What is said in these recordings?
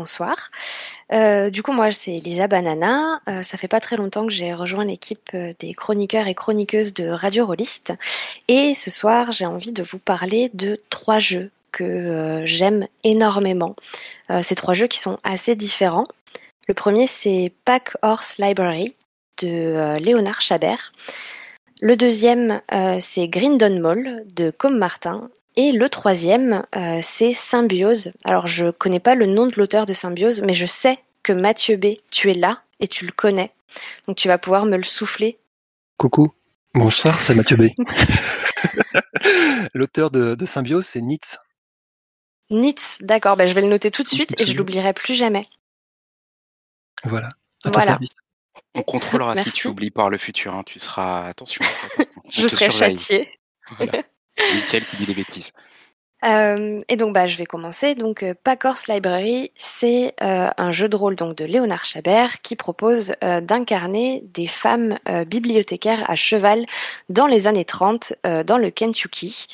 bonsoir. Du coup, moi, c'est Lisa Banana. Ça fait pas très longtemps que j'ai rejoint l'équipe des chroniqueurs et chroniqueuses de Radio Rollist. Et ce soir, j'ai envie de vous parler de 3 jeux que j'aime énormément. Ces 3 jeux qui sont assez différents. Le premier, c'est Pack Horse Library de Léonard Chabert. Le deuxième, c'est Grindon Mall de Com Martin. Et le troisième, c'est Symbiose. Alors, je connais pas le nom de l'auteur de Symbiose, mais je sais que Mathieu B, tu es là et tu le connais. Donc, tu vas pouvoir me le souffler. Coucou, bonsoir, c'est Mathieu B. L'auteur de Symbiose, c'est Nitz. Nitz, d'accord, je vais le noter tout de suite et je l'oublierai plus jamais. Voilà, à ton service. On contrôlera Merci. si tu oublies par le futur, hein. Tu seras... Attention. Je serai châtiée. Voilà. Nickel qui dit des bêtises. Et donc je vais commencer. Donc Pack Horse Library, c'est un jeu de rôle donc de Léonard Chabert qui propose d'incarner des femmes bibliothécaires à cheval dans les années 30 dans le Kentucky.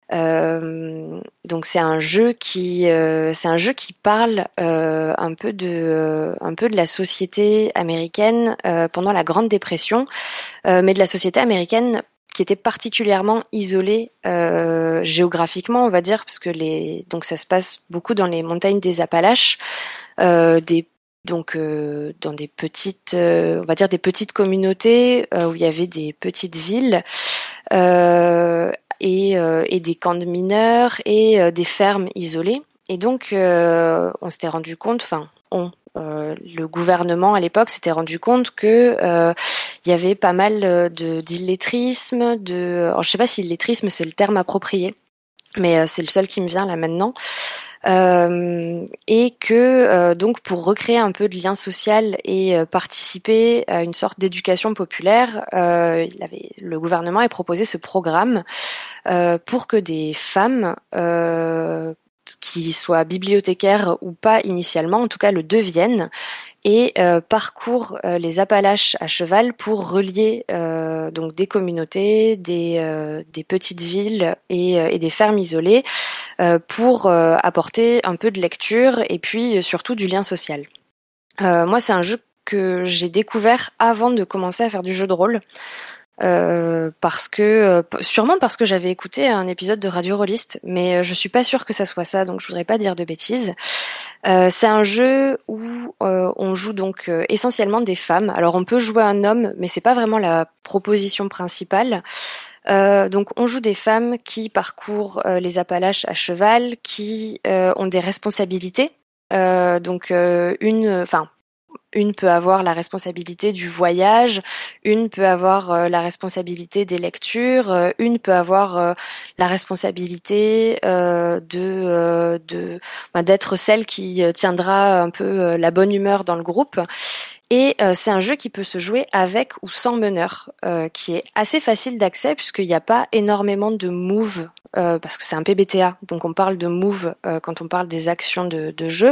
Donc c'est un jeu qui parle un peu de la société américaine pendant la Grande Dépression, mais de la société américaine qui était particulièrement isolée géographiquement, on va dire, parce que donc ça se passe beaucoup dans les montagnes des Appalaches, dans des petites, on va dire des petites communautés où il y avait des petites villes et des camps de mineurs et des fermes isolées. Et donc on s'était rendu compte, le gouvernement à l'époque s'était rendu compte que il y avait pas mal d'illettrisme, alors je sais pas si illettrisme c'est le terme approprié, mais c'est le seul qui me vient là maintenant. Et que donc pour recréer un peu de lien social et participer à une sorte d'éducation populaire, le gouvernement a proposé ce programme pour que des femmes qui soient bibliothécaires ou pas initialement, en tout cas le deviennent, et parcourent les Appalaches à cheval pour relier donc des communautés, des petites villes et des fermes isolées pour apporter un peu de lecture et puis surtout du lien social. Moi, c'est un jeu que j'ai découvert avant de commencer à faire du jeu de rôle. Sûrement parce que j'avais écouté un épisode de Radio Rollist, mais je suis pas sûre que ça soit ça, donc je voudrais pas dire de bêtises. C'est un jeu où on joue donc essentiellement des femmes. Alors on peut jouer un homme, mais c'est pas vraiment la proposition principale. Donc on joue des femmes qui parcourent les Appalaches à cheval, qui ont des responsabilités. Une peut avoir la responsabilité du voyage, une peut avoir la responsabilité des lectures, une peut avoir la responsabilité d'être celle qui tiendra un peu la bonne humeur dans le groupe. Et c'est un jeu qui peut se jouer avec ou sans meneur, qui est assez facile d'accès puisqu'il n'y a pas énormément de moves, parce que c'est un PBTA, donc on parle de moves quand on parle des actions de jeu.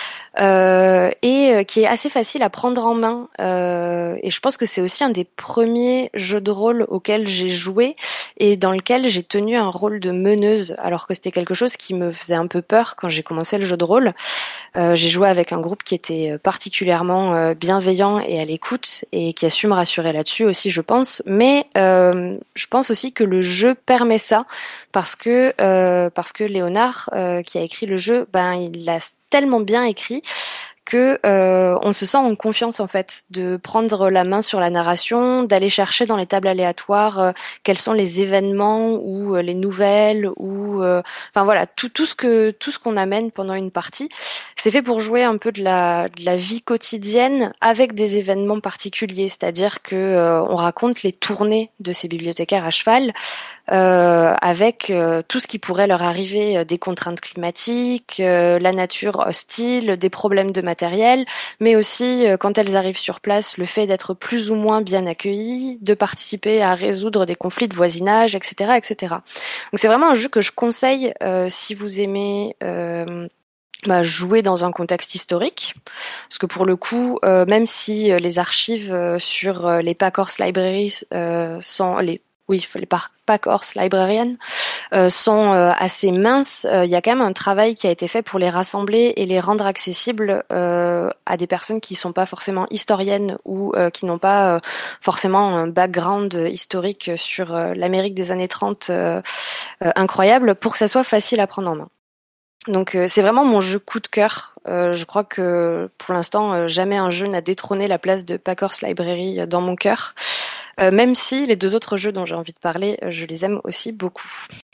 Et qui est assez facile à prendre en main. Et je pense que c'est aussi un des premiers jeux de rôle auxquels j'ai joué et dans lequel j'ai tenu un rôle de meneuse, alors que c'était quelque chose qui me faisait un peu peur quand j'ai commencé le jeu de rôle. J'ai joué avec un groupe qui était particulièrement bienveillant et à l'écoute et qui a su me rassurer là-dessus aussi, je pense. Mais je pense aussi que le jeu permet ça parce que Léonard, qui a écrit le jeu, il l'a tellement bien écrit que on se sent en confiance en fait de prendre la main sur la narration, d'aller chercher dans les tables aléatoires quels sont les événements ou les nouvelles ou tout ce qu'on amène pendant une partie. C'est fait pour jouer un peu de la vie quotidienne avec des événements particuliers, c'est-à-dire que on raconte les tournées de ces bibliothécaires à cheval. Avec tout ce qui pourrait leur arriver, des contraintes climatiques, la nature hostile, des problèmes de matériel, mais aussi quand elles arrivent sur place, le fait d'être plus ou moins bien accueillies, de participer à résoudre des conflits de voisinage, etc., etc. Donc c'est vraiment un jeu que je conseille si vous aimez jouer dans un contexte historique, parce que pour le coup, même si les archives sur les Pack Horse Libraries oui, les Pack Horse Librarian, sont assez minces. Il y a quand même un travail qui a été fait pour les rassembler et les rendre accessibles à des personnes qui sont pas forcément historiennes ou qui n'ont pas forcément un background historique sur l'Amérique des années 30 incroyable, pour que ça soit facile à prendre en main. Donc c'est vraiment mon jeu coup de cœur. Je crois que pour l'instant, jamais un jeu n'a détrôné la place de Pack Horse Library dans mon cœur. Même si les 2 autres jeux dont j'ai envie de parler, je les aime aussi beaucoup.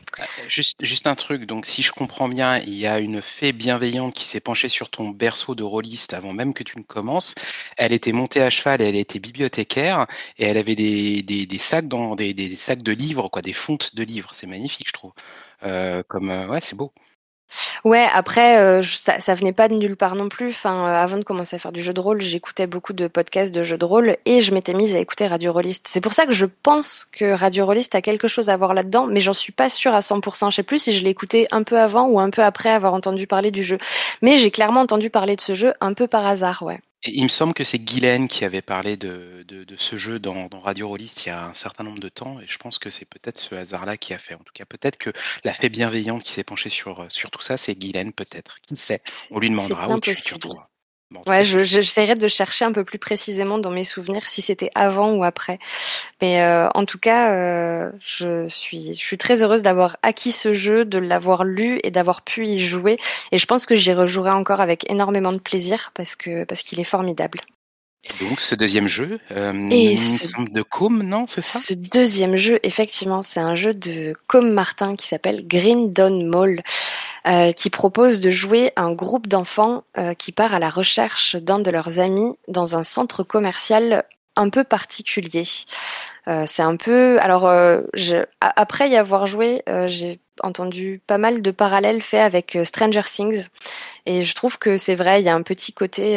Juste un truc, donc si je comprends bien, il y a une fée bienveillante qui s'est penchée sur ton berceau de rôliste avant même que tu ne commences. Elle était montée à cheval et elle était bibliothécaire et elle avait des sacs des sacs de livres, quoi, des fontes de livres. C'est magnifique, je trouve. Ouais, c'est beau. Ouais, après, ça venait pas de nulle part non plus. Enfin, avant de commencer à faire du jeu de rôle, j'écoutais beaucoup de podcasts de jeux de rôle et je m'étais mise à écouter Radio Rollist. C'est pour ça que je pense que Radio Rollist a quelque chose à voir là-dedans, mais j'en suis pas sûre à 100%. Je sais plus si je l'ai écouté un peu avant ou un peu après avoir entendu parler du jeu. Mais j'ai clairement entendu parler de ce jeu un peu par hasard, ouais. Et il me semble que c'est Guylaine qui avait parlé de ce jeu dans Radio Rollist il y a un certain nombre de temps, et je pense que c'est peut-être ce hasard-là qui a fait. En tout cas, peut-être que la fée bienveillante qui s'est penchée sur tout ça, c'est Guylaine, peut-être. Qui sait? On lui demandera C'est où bien tu possible. retrouveras. Bon, Ouais, j'essaierai de chercher un peu plus précisément dans mes souvenirs si c'était avant ou après. Mais en tout cas, je suis très heureuse d'avoir acquis ce jeu, de l'avoir lu et d'avoir pu y jouer. Et je pense que j'y rejouerai encore avec énormément de plaisir parce qu'il est formidable. Et donc, ce deuxième jeu, Et il me semble de Côme, non? C'est ça? ce deuxième jeu, effectivement, c'est un jeu de Com Martin qui s'appelle Green Dawn Mall, qui propose de jouer un groupe d'enfants qui part à la recherche d'un de leurs amis dans un centre commercial un peu particulier. C'est un peu. Alors, après y avoir joué, j'ai entendu pas mal de parallèles faits avec Stranger Things, et je trouve que c'est vrai. Il y a un petit côté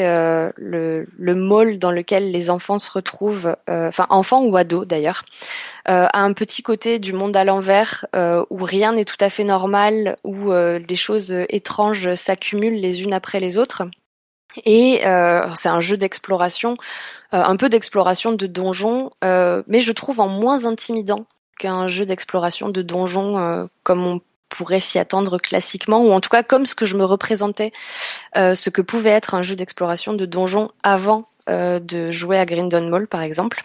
le mall dans lequel les enfants se retrouvent, enfin enfants ou ados d'ailleurs, a un petit côté du monde à l'envers où rien n'est tout à fait normal, où des choses étranges s'accumulent les unes après les autres. Et c'est un jeu d'exploration, un peu d'exploration de donjons, mais je trouve en moins intimidant qu'un jeu d'exploration de donjons comme on pourrait s'y attendre classiquement, ou en tout cas comme ce que je me représentais, ce que pouvait être un jeu d'exploration de donjons avant de jouer à Green Dawn Mall par exemple.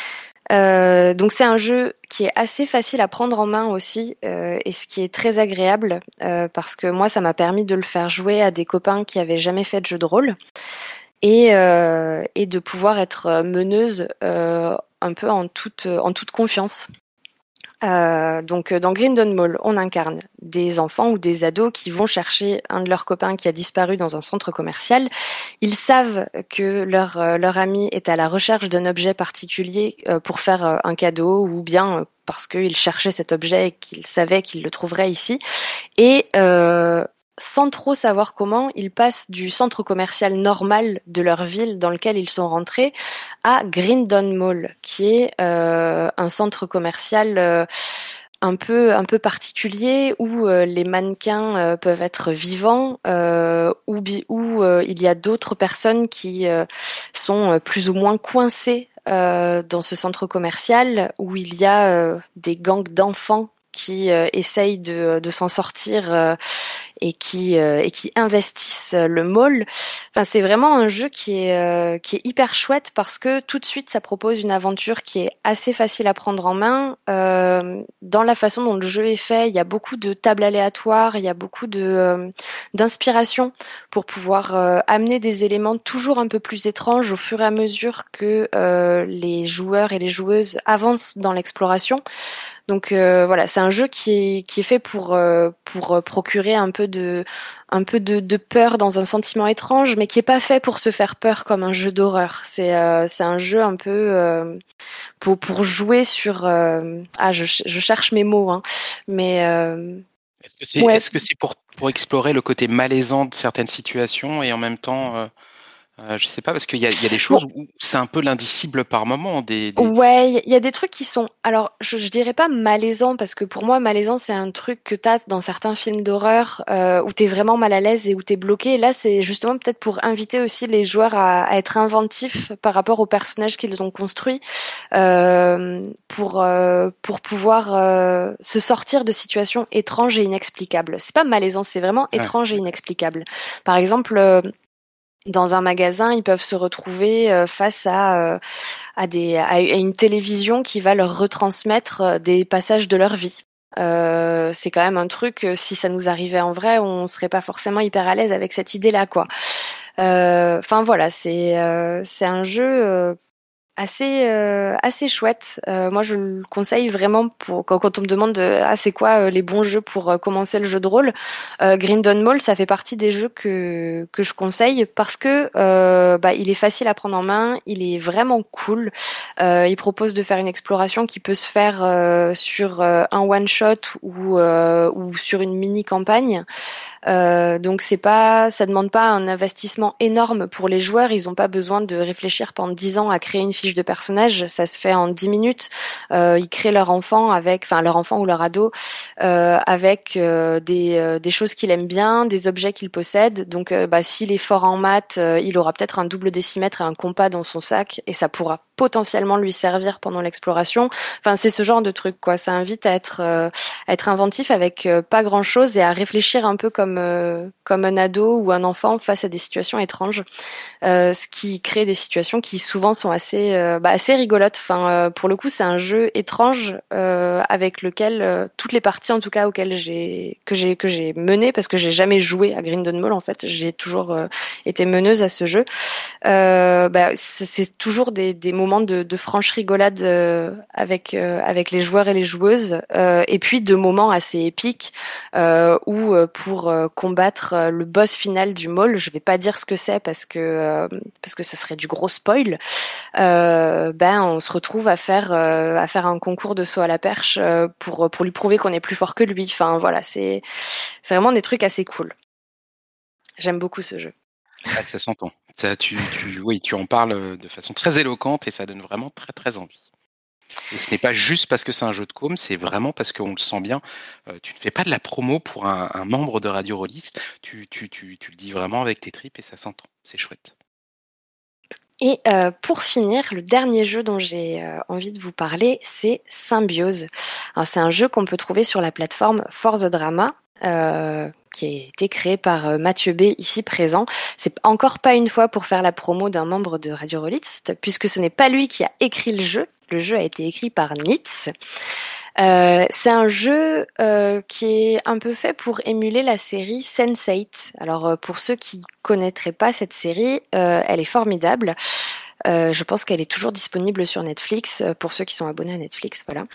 Donc c'est un jeu qui est assez facile à prendre en main aussi, et ce qui est très agréable parce que moi ça m'a permis de le faire jouer à des copains qui avaient jamais fait de jeu de rôle et de pouvoir être meneuse un peu en toute confiance. Donc dans Green Dawn Mall, on incarne des enfants ou des ados qui vont chercher un de leurs copains qui a disparu dans un centre commercial. Ils savent que leur ami est à la recherche d'un objet particulier pour faire un cadeau, ou bien parce qu'ils cherchaient cet objet et qu'ils savaient qu'ils le trouveraient ici. Et sans trop savoir comment, ils passent du centre commercial normal de leur ville dans lequel ils sont rentrés à Green Dawn Mall, qui est un centre commercial un peu particulier où les mannequins peuvent être vivants, où il y a d'autres personnes qui sont plus ou moins coincées dans ce centre commercial, où il y a des gangs d'enfants qui essayent de s'en sortir et qui investissent le mall. Enfin, c'est vraiment un jeu qui est hyper chouette parce que tout de suite ça propose une aventure qui est assez facile à prendre en main. Dans la façon dont le jeu est fait, il y a beaucoup de tables aléatoires, il y a beaucoup d'inspiration pour pouvoir amener des éléments toujours un peu plus étranges au fur et à mesure que les joueurs et les joueuses avancent dans l'exploration. Donc voilà, c'est un jeu qui est fait pour procurer un peu de peur dans un sentiment étrange, mais qui est pas fait pour se faire peur comme un jeu d'horreur. C'est un jeu un peu pour jouer sur je cherche mes mots, hein, mais est-ce que c'est pour explorer le côté malaisant de certaines situations et en même temps Je sais pas, parce qu'il y a des choses où c'est un peu l'indicible par moment. Ouais, il y a des trucs qui sont... Alors, je dirais pas malaisant, parce que pour moi, malaisant, c'est un truc que t'as dans certains films d'horreur où t'es vraiment mal à l'aise et où t'es bloqué. Et là, c'est justement peut-être pour inviter aussi les joueurs à être inventifs par rapport aux personnages qu'ils ont construits pour pouvoir se sortir de situations étranges et inexplicables. C'est pas malaisant, c'est vraiment étrange et inexplicable. Par exemple... dans un magasin, ils peuvent se retrouver face à une télévision qui va leur retransmettre des passages de leur vie. C'est quand même un truc, si ça nous arrivait en vrai, on serait pas forcément hyper à l'aise avec cette idée-là, quoi. Enfin voilà, c'est un jeu assez chouette. Moi, je le conseille vraiment pour quand on me demande c'est quoi les bons jeux pour commencer le jeu de rôle. Grindon Mall, ça fait partie des jeux que je conseille parce que il est facile à prendre en main, il est vraiment cool. Il propose de faire une exploration qui peut se faire sur un one shot ou sur une mini campagne. Donc ça demande pas un investissement énorme pour les joueurs. Ils n'ont pas besoin de réfléchir pendant 10 ans à créer une fiche de personnage. Ça se fait en 10 minutes. Ils créent leur enfant leur enfant ou leur ado avec des choses qu'il aime bien, des objets qu'il possède. Donc s'il est fort en maths, il aura peut-être un double décimètre et un compas dans son sac et ça pourra potentiellement lui servir pendant l'exploration. Enfin, c'est ce genre de truc, quoi. Ça invite à être inventif avec pas grand-chose et à réfléchir un peu comme un ado ou un enfant face à des situations étranges, ce qui crée des situations qui souvent sont assez rigolotes. Enfin, pour le coup, c'est un jeu étrange avec lequel toutes les parties, en tout cas auxquelles que j'ai mené, parce que j'ai jamais joué à Grindon Mall en fait, j'ai toujours été meneuse à ce jeu. C'est toujours des moments de franche rigolade avec les joueurs et les joueuses, et puis de moments assez épiques où pour combattre le boss final du mall, je vais pas dire ce que c'est parce que ça serait du gros spoil. On se retrouve à faire un concours de saut à la perche pour lui prouver qu'on est plus fort que lui. Enfin voilà, c'est vraiment des trucs assez cool. J'aime beaucoup ce jeu. Ouais, ça s'entend. Ça, oui, tu en parles de façon très éloquente et ça donne vraiment très très envie. Et ce n'est pas juste parce que c'est un jeu de com, c'est vraiment parce qu'on le sent bien. Tu ne fais pas de la promo pour un membre de Radio Rollist, tu le dis vraiment avec tes tripes et ça s'entend. C'est chouette. Et pour finir, le dernier jeu dont j'ai envie de vous parler, c'est Symbiose. Alors, c'est un jeu qu'on peut trouver sur la plateforme For the Drama, qui a été créé par Mathieu B, ici présent. C'est encore pas une fois pour faire la promo d'un membre de Radio Rollist, puisque ce n'est pas lui qui a écrit le jeu. Le jeu a été écrit par Nitz. C'est un jeu qui est un peu fait pour émuler la série Sense8. Alors pour ceux qui connaîtraient pas cette série, elle est formidable. Je pense qu'elle est toujours disponible sur Netflix pour ceux qui sont abonnés à Netflix. Voilà.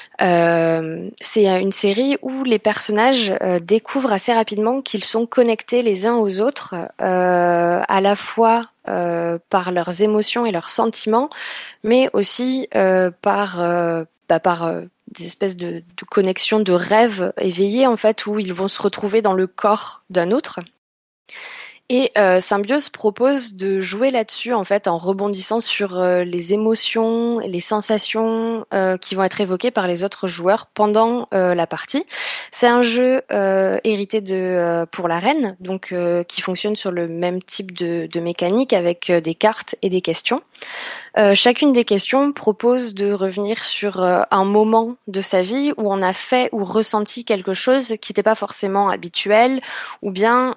C'est une série où les personnages découvrent assez rapidement qu'ils sont connectés les uns aux autres, à la fois par leurs émotions et leurs sentiments, mais aussi par des espèces de connexions de rêves éveillés en fait, où ils vont se retrouver dans le corps d'un autre. Et Symbiose propose de jouer là-dessus en fait en rebondissant sur les émotions, les sensations qui vont être évoquées par les autres joueurs pendant la partie. C'est un jeu hérité de Pour la Reine, donc qui fonctionne sur le même type de mécanique avec des cartes et des questions. Chacune des questions propose de revenir sur un moment de sa vie où on a fait ou ressenti quelque chose qui n'était pas forcément habituel, ou bien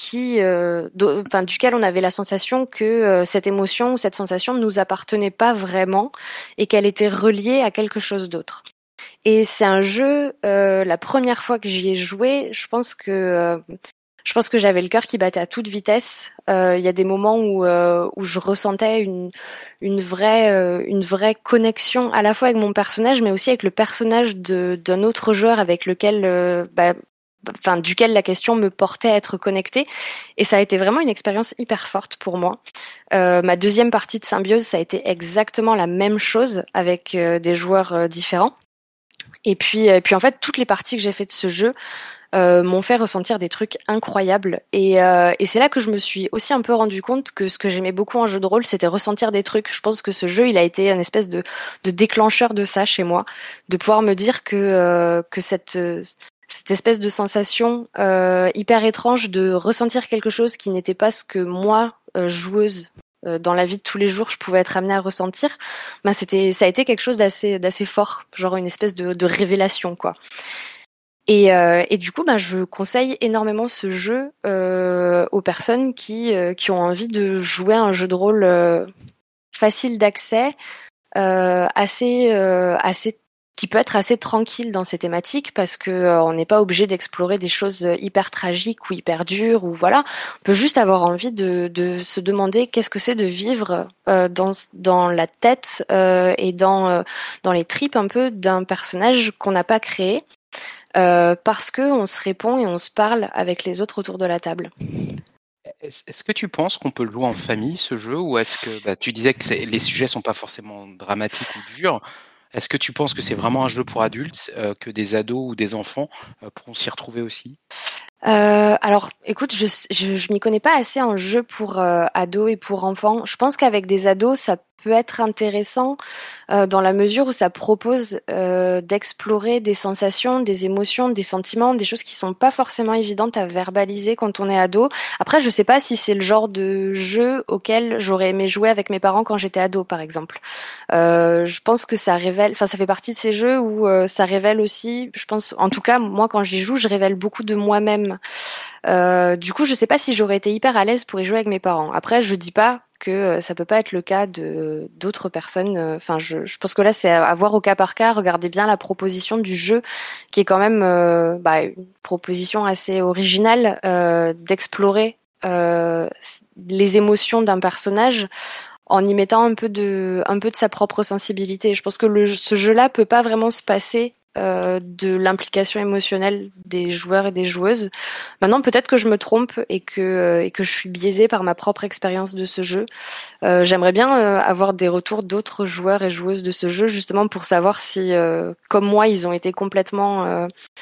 duquel on avait la sensation que cette émotion ou cette sensation ne nous appartenait pas vraiment et qu'elle était reliée à quelque chose d'autre. Et c'est un jeu, la première fois que j'y ai joué, je pense que j'avais le cœur qui battait à toute vitesse. Il y a des moments où je ressentais une vraie connexion à la fois avec mon personnage, mais aussi avec le personnage d'un autre joueur avec lequel duquel la question me portait à être connectée. Et ça a été vraiment une expérience hyper forte pour moi. Ma deuxième partie de Symbiose, ça a été exactement la même chose avec des joueurs différents. Et puis en fait, toutes les parties que j'ai fait de ce jeu, m'ont fait ressentir des trucs incroyables. Et c'est là que je me suis aussi un peu rendu compte que ce que j'aimais beaucoup en jeu de rôle, c'était ressentir des trucs. Je pense que ce jeu, il a été une espèce de déclencheur de ça chez moi, de pouvoir me dire que cette espèce de sensation hyper étrange de ressentir quelque chose qui n'était pas ce que moi, joueuse, dans la vie de tous les jours, je pouvais être amenée à ressentir, ça a été quelque chose d'assez fort, genre une espèce de révélation, quoi. Et du coup, je conseille énormément ce jeu aux personnes qui ont envie de jouer à un jeu de rôle facile d'accès, assez qui peut être assez tranquille dans ses thématiques parce que on n'est pas obligé d'explorer des choses hyper tragiques ou hyper dures ou voilà. On peut juste avoir envie de se demander qu'est-ce que c'est de vivre dans la tête et dans les tripes un peu d'un personnage qu'on n'a pas créé parce que on se répond et on se parle avec les autres autour de la table. Est-ce que tu penses qu'on peut le jouer en famille, ce jeu, ou est-ce que tu disais que les sujets sont pas forcément dramatiques ou durs? Est-ce que tu penses que c'est vraiment un jeu pour adultes, que des ados ou des enfants pourront s'y retrouver aussi? Alors, écoute, je m'y connais pas assez en jeu pour ados et pour enfants. Je pense qu'avec des ados, ça peut être intéressant dans la mesure où ça propose d'explorer des sensations, des émotions, des sentiments, des choses qui sont pas forcément évidentes à verbaliser quand on est ado. Après, je sais pas si c'est le genre de jeu auquel j'aurais aimé jouer avec mes parents quand j'étais ado, par exemple. Je pense que ça fait partie de ces jeux où ça révèle aussi, je pense, en tout cas, moi quand j'y joue, je révèle beaucoup de moi-même. Du coup, je sais pas si j'aurais été hyper à l'aise pour y jouer avec mes parents. Après, je dis pas que ça peut pas être le cas de d'autres personnes. Enfin, je pense que là, c'est à voir au cas par cas. Regardez bien la proposition du jeu, qui est quand même une proposition assez originale d'explorer les émotions d'un personnage en y mettant un peu de sa propre sensibilité. Je pense que ce jeu-là peut pas vraiment se passer de l'implication émotionnelle des joueurs et des joueuses. Maintenant, peut-être que je me trompe et que je suis biaisée par ma propre expérience de ce jeu. J'aimerais bien avoir des retours d'autres joueurs et joueuses de ce jeu, justement pour savoir si, comme moi, ils ont été complètement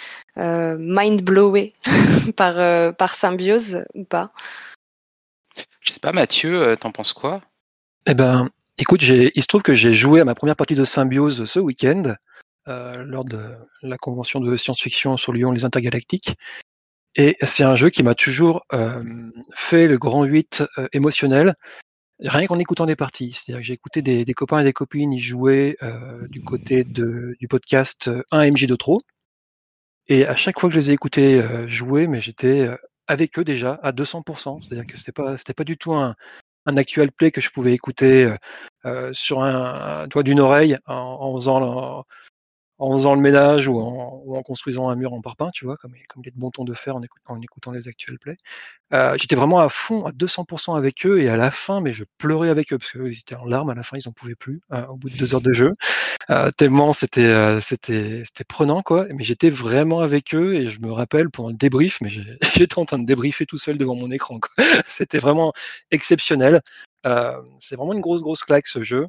mind-blowés par Symbiose ou pas. Je sais pas, Mathieu, t'en penses quoi? Eh ben, écoute, il se trouve que j'ai joué à ma première partie de Symbiose ce week-end, lors de la convention de science-fiction sur Lyon, les Intergalactiques. Et c'est un jeu qui m'a toujours fait le grand 8 émotionnel, rien qu'en écoutant les parties. C'est-à-dire que j'ai écouté des copains et des copines y jouer du côté du podcast 1MJ de trop. Et à chaque fois que je les ai écoutés jouer, mais j'étais avec eux déjà à 200%. C'est-à-dire que c'était pas du tout un actual play que je pouvais écouter sur un toit d'une oreille en faisant le ménage ou en construisant un mur en parpaing, tu vois, comme il est de bon ton de faire en écoutant les actual plays. J'étais vraiment à fond, à 200% avec eux, et à la fin, mais je pleurais avec eux parce qu'ils étaient en larmes à la fin, ils en pouvaient plus au bout de 2 heures de jeu. Tellement c'était prenant, quoi. Mais j'étais vraiment avec eux, et je me rappelle pendant le débrief, mais j'étais en train de débriefer tout seul devant mon écran, quoi. C'était vraiment exceptionnel. C'est vraiment une grosse claque, ce jeu.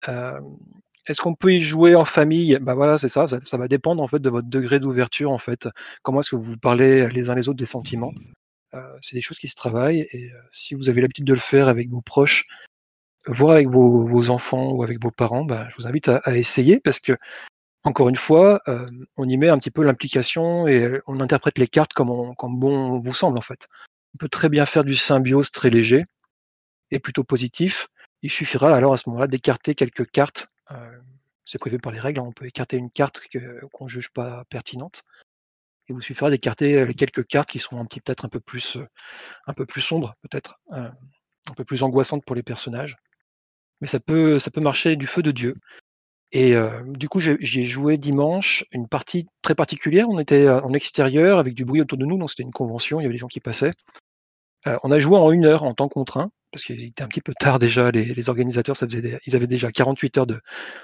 Est-ce qu'on peut y jouer en famille? Bah voilà, c'est ça va dépendre en fait de votre degré d'ouverture, en fait. Comment est-ce que vous parlez les uns les autres des sentiments? C'est des choses qui se travaillent, et si vous avez l'habitude de le faire avec vos proches, voire avec vos enfants ou avec vos parents, bah, je vous invite à essayer, parce que, encore une fois, on y met un petit peu l'implication, et on interprète les cartes comme bon vous semble, en fait. On peut très bien faire du Symbiose très léger et plutôt positif. Il suffira alors à ce moment-là d'écarter quelques cartes. C'est prévu par les règles, hein. On peut écarter une carte qu'on juge pas pertinente. Il vous suffira d'écarter les quelques cartes qui sont peut-être un peu plus sombres, peut-être, un peu plus angoissantes pour les personnages. Mais ça peut marcher du feu de Dieu. Et du coup, j'y ai joué dimanche, une partie très particulière. On était en extérieur avec du bruit autour de nous, donc c'était une convention, il y avait des gens qui passaient. On a joué en 1 heure en temps contraint, parce qu'il était un petit peu tard déjà. Les organisateurs, ils avaient déjà 48 heures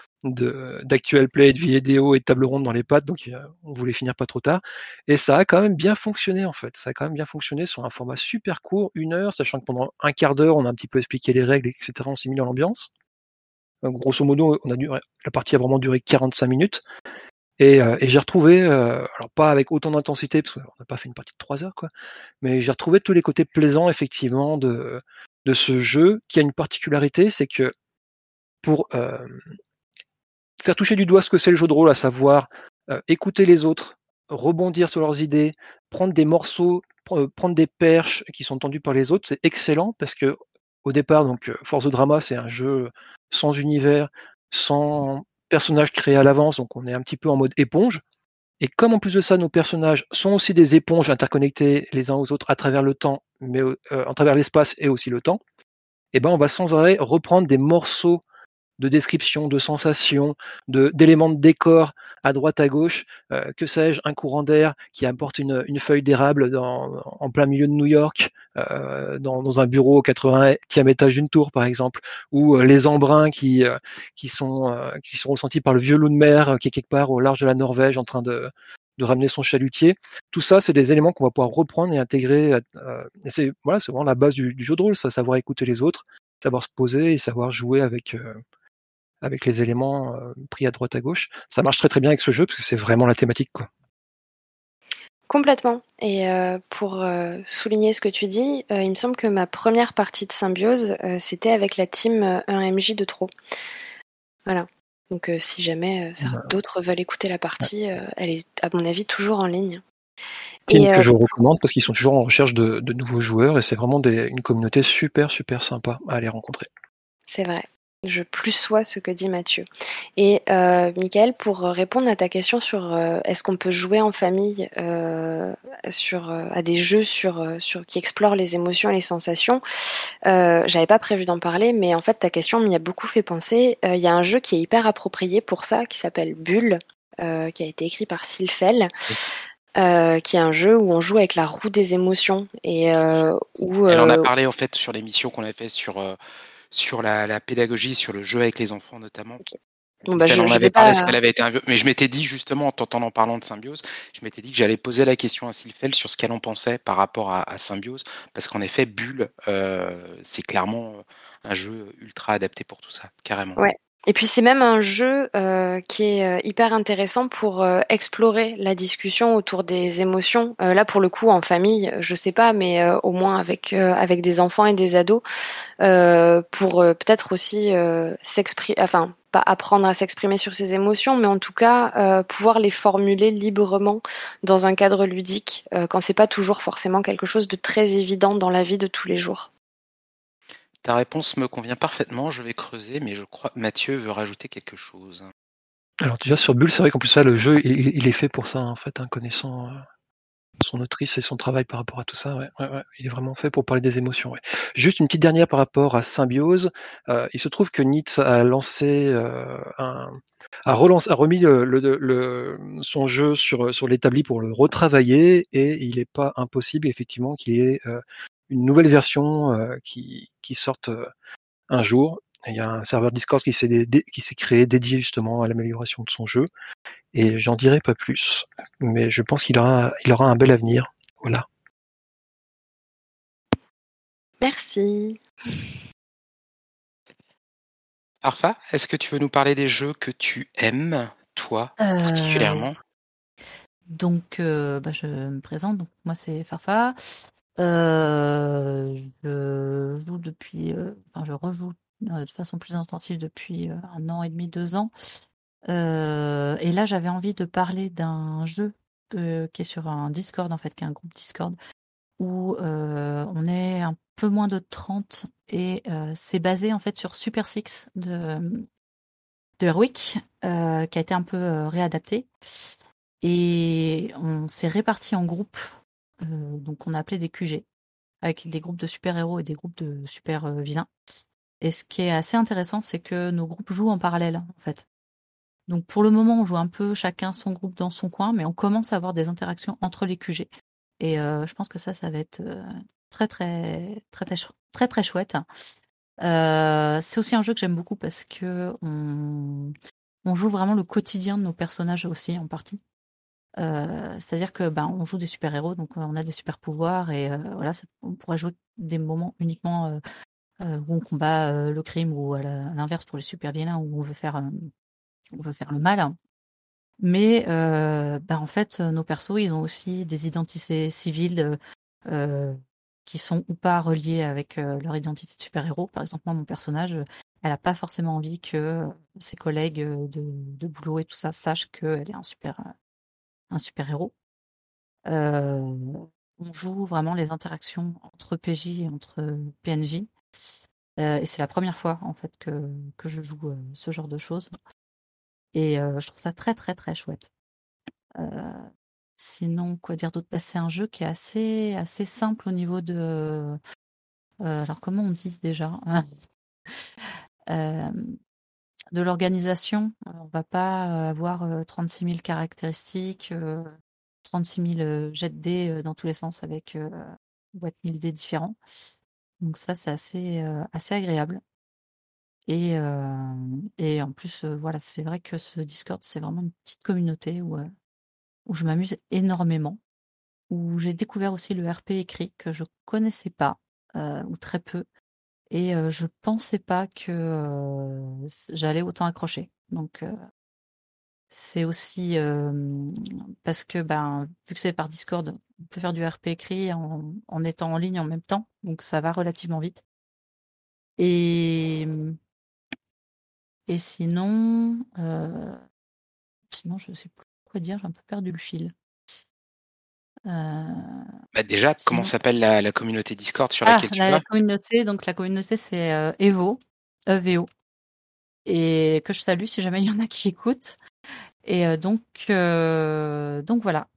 d'actual play, de vidéo et de table ronde dans les pattes, donc on voulait finir pas trop tard. Et ça a quand même bien fonctionné, en fait. Ça a quand même bien fonctionné sur un format super court, 1 heure, sachant que pendant un quart d'heure, on a un petit peu expliqué les règles, etc. On s'est mis dans l'ambiance. Grosso modo, la partie a vraiment duré 45 minutes. Et j'ai retrouvé, alors pas avec autant d'intensité, parce qu'on n'a pas fait une partie de 3 heures, quoi, mais j'ai retrouvé tous les côtés plaisants, effectivement, de ce jeu, qui a une particularité, c'est que pour faire toucher du doigt ce que c'est le jeu de rôle, à savoir écouter les autres, rebondir sur leurs idées, prendre des morceaux, prendre des perches qui sont tendues par les autres, c'est excellent parce que au départ, donc Force of Drama, c'est un jeu sans univers, sans personnages créés à l'avance, donc on est un petit peu en mode éponge. Et comme en plus de ça, nos personnages sont aussi des éponges interconnectées les uns aux autres à travers le temps, mais à travers l'espace et aussi le temps, et ben on va sans arrêt reprendre des morceaux de description, de sensations, d'éléments de décor à droite, à gauche, que sais-je, un courant d'air qui apporte une feuille d'érable en plein milieu de New York, dans un bureau au 80e étage d'une tour, par exemple, ou les embruns qui sont ressentis par le vieux loup de mer qui est quelque part au large de la Norvège en train de ramener son chalutier. Tout ça, c'est des éléments qu'on va pouvoir reprendre et intégrer. Et c'est vraiment la base du jeu de rôle, ça, savoir écouter les autres, savoir se poser et savoir jouer avec les éléments pris à droite à gauche. Ça marche très très bien avec ce jeu parce que c'est vraiment la thématique, quoi. Complètement. Et pour souligner ce que tu dis, il me semble que ma première partie de Symbiose, c'était avec la team 1MJ de trop. Voilà. Donc si jamais d'autres veulent écouter la partie, elle est à mon avis toujours en ligne. Team que je recommande parce qu'ils sont toujours en recherche de nouveaux joueurs et c'est vraiment une communauté super super sympa à aller rencontrer. C'est vrai. Je plus sois ce que dit Mathieu. Et Mickaël, pour répondre à ta question sur est-ce qu'on peut jouer en famille à des jeux qui explorent les émotions et les sensations, j'avais pas prévu d'en parler, mais en fait ta question m'y a beaucoup fait penser. Il y a un jeu qui est hyper approprié pour ça, qui s'appelle Bulle, qui a été écrit par Sylphel. Qui est un jeu où on joue avec la roue des émotions et où elle en a parlé en fait sur l'émission qu'on a fait sur la pédagogie, sur le jeu avec les enfants notamment. Okay. Bon, bah, elle en avait parlé parce qu'elle avait été mais je m'étais dit justement en t'entendant parlant de Symbiose, je m'étais dit que j'allais poser la question à Sylphel sur ce qu'elle en pensait par rapport à Symbiose, parce qu'en effet Bulle, c'est clairement un jeu ultra adapté pour tout ça, carrément. Ouais. Et puis c'est même un jeu qui est hyper intéressant pour explorer la discussion autour des émotions. Là pour le coup en famille, je sais pas, mais au moins avec des enfants et des ados, pour peut-être aussi s'exprimer, enfin pas apprendre à s'exprimer sur ses émotions, mais en tout cas pouvoir les formuler librement dans un cadre ludique quand c'est pas toujours forcément quelque chose de très évident dans la vie de tous les jours. Ta réponse me convient parfaitement, je vais creuser, mais je crois que Mathieu veut rajouter quelque chose. Alors déjà sur Bulle, c'est vrai qu'en plus ça, le jeu, il est fait pour ça, en fait, connaissant son autrice et son travail par rapport à tout ça, ouais. Il est vraiment fait pour parler des émotions, ouais. Juste une petite dernière par rapport à Symbiose. Il se trouve que Nitz a lancé a remis son jeu sur l'établi pour le retravailler et il n'est pas impossible effectivement qu'il y ait une nouvelle version qui sorte un jour. Il y a un serveur Discord qui s'est créé dédié justement à l'amélioration de son jeu. Et j'en dirai pas plus. Mais je pense qu'il aura un bel avenir. Voilà. Merci. Farfa, est-ce que tu veux nous parler des jeux que tu aimes, toi, particulièrement? Donc, je me présente. Donc, moi, c'est Farfa. Je joue depuis, je rejoue de façon plus intensive depuis 1 an et demi, 2 ans. Et là, j'avais envie de parler d'un jeu qui est sur un Discord, en fait, qui est un groupe Discord, où on est un peu moins de 30 et c'est basé en fait sur Super Six de Erwick, qui a été un peu réadapté. Et on s'est répartis en groupes, donc on a appelé des QG, avec des groupes de super-héros et des groupes de super-vilains. Et ce qui est assez intéressant, c'est que nos groupes jouent en parallèle, en fait. Donc pour le moment, on joue un peu chacun son groupe dans son coin, mais on commence à avoir des interactions entre les QG. Et je pense que ça va être très chouette. C'est aussi un jeu que j'aime beaucoup parce que on joue vraiment le quotidien de nos personnages aussi en partie. C'est-à-dire que on joue des super-héros, donc on a des super-pouvoirs et voilà, on pourrait jouer des moments uniquement où on combat le crime ou à l'inverse pour les super-vilains où on veut faire le mal. Mais en fait, nos persos, ils ont aussi des identités civiles qui sont ou pas reliées avec leur identité de super-héros. Par exemple, moi, mon personnage, elle a pas forcément envie que ses collègues de boulot et tout ça sachent qu'elle est un super-héros. On joue vraiment les interactions entre PJ et entre PNJ. Et c'est la première fois en fait que je joue ce genre de choses. Et je trouve ça très très très chouette. Sinon, quoi dire d'autre? C'est un jeu qui est assez simple au niveau de... alors comment on dit déjà? De l'organisation. On va pas avoir 36 000 caractéristiques, 36 000 jets de dés dans tous les sens avec boîte 1000 dés différents. Donc ça, c'est assez agréable. Et en plus, voilà, c'est vrai que ce Discord, c'est vraiment une petite communauté où je m'amuse énormément, où j'ai découvert aussi le RP écrit que je connaissais pas, ou très peu, et je pensais pas que j'allais autant accrocher. Donc c'est aussi parce que vu que c'est par Discord, on peut faire du RP écrit en étant en ligne en même temps, donc ça va relativement vite. Et sinon, je sais plus quoi dire, j'ai un peu perdu le fil. Déjà, comment Sinon, s'appelle la communauté Discord sur laquelle tu la vas? communauté, donc la communauté c'est Evo, EVO, et que je salue si jamais il y en a qui écoutent. Et donc voilà,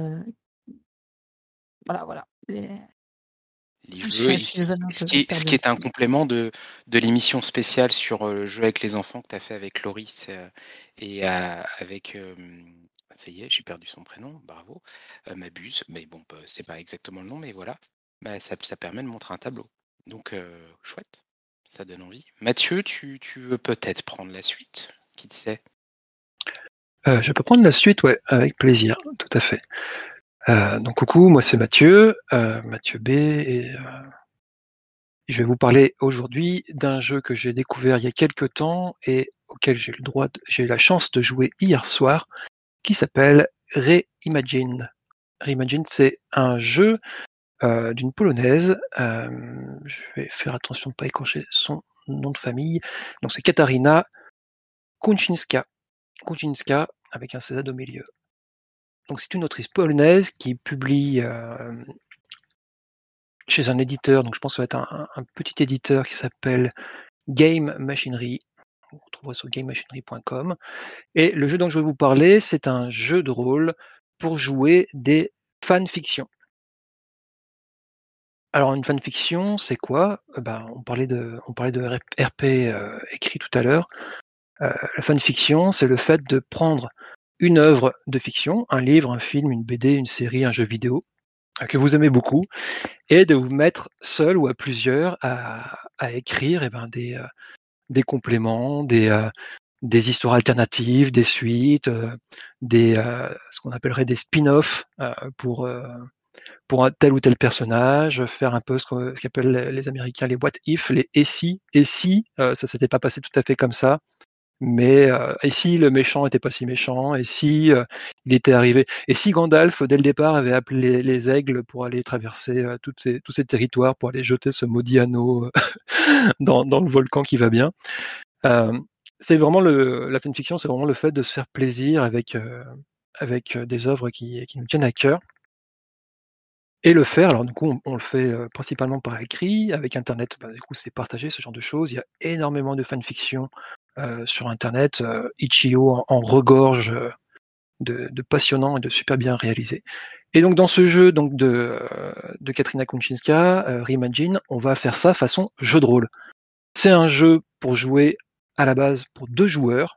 voilà. Les Je jeux, suis désolée, un ce peu qui est, ce perdue qui le est un fil. complément de l'émission spéciale sur le jeu avec les enfants que tu as fait avec Loris et avec. Ça y est, j'ai perdu son prénom, bravo. Mabuse, mais bon, c'est pas exactement le nom, mais voilà. Ça permet de montrer un tableau. Donc, chouette, ça donne envie. Mathieu, tu veux peut-être prendre la suite, qui te sait? Je peux prendre la suite, ouais, avec plaisir, tout à fait. Donc coucou, moi c'est Mathieu, Mathieu B, et je vais vous parler aujourd'hui d'un jeu que j'ai découvert il y a quelques temps et auquel j'ai eu la chance de jouer hier soir, qui s'appelle Reimagine. Reimagine, c'est un jeu d'une Polonaise. Je vais faire attention de ne pas écorcher son nom de famille. Donc c'est Katarina Kuńczyńska. Kuńczyńska avec un CZ au milieu. Donc c'est une autrice polonaise qui publie chez un éditeur, donc je pense que ça va être un petit éditeur qui s'appelle Game Machinery. Vous retrouverez sur gamemachinery.com. Et le jeu dont je vais vous parler, c'est un jeu de rôle pour jouer des fanfictions. Alors une fanfiction, c'est quoi? On parlait de RP écrit tout à l'heure. La fanfiction, c'est le fait de prendre une œuvre de fiction, un livre, un film, une BD, une série, un jeu vidéo, que vous aimez beaucoup, et de vous mettre seul ou à plusieurs à écrire des compléments, des histoires alternatives, des suites, ce qu'on appellerait des spin-offs pour un tel ou tel personnage, faire un peu ce qu'appellent les Américains les what if, les et si ça s'était pas passé tout à fait comme ça, mais et si le méchant était pas si méchant, et si il était arrivé, et si Gandalf dès le départ avait appelé les aigles pour aller traverser tous ces territoires pour aller jeter ce maudit anneau dans le volcan qui va bien. C'est vraiment la fanfiction, c'est vraiment le fait de se faire plaisir avec des œuvres qui nous tiennent à cœur. Et le faire, alors du coup, on le fait principalement par écrit, avec Internet, du coup, c'est partagé, ce genre de choses. Il y a énormément de fanfiction sur Internet. Itch.io en regorge de passionnants et de super bien réalisés. Et donc, dans ce jeu donc, de Katarina Kuńczyńska, Reimagine, on va faire ça façon jeu de rôle. C'est un jeu pour jouer à la base pour 2 joueurs,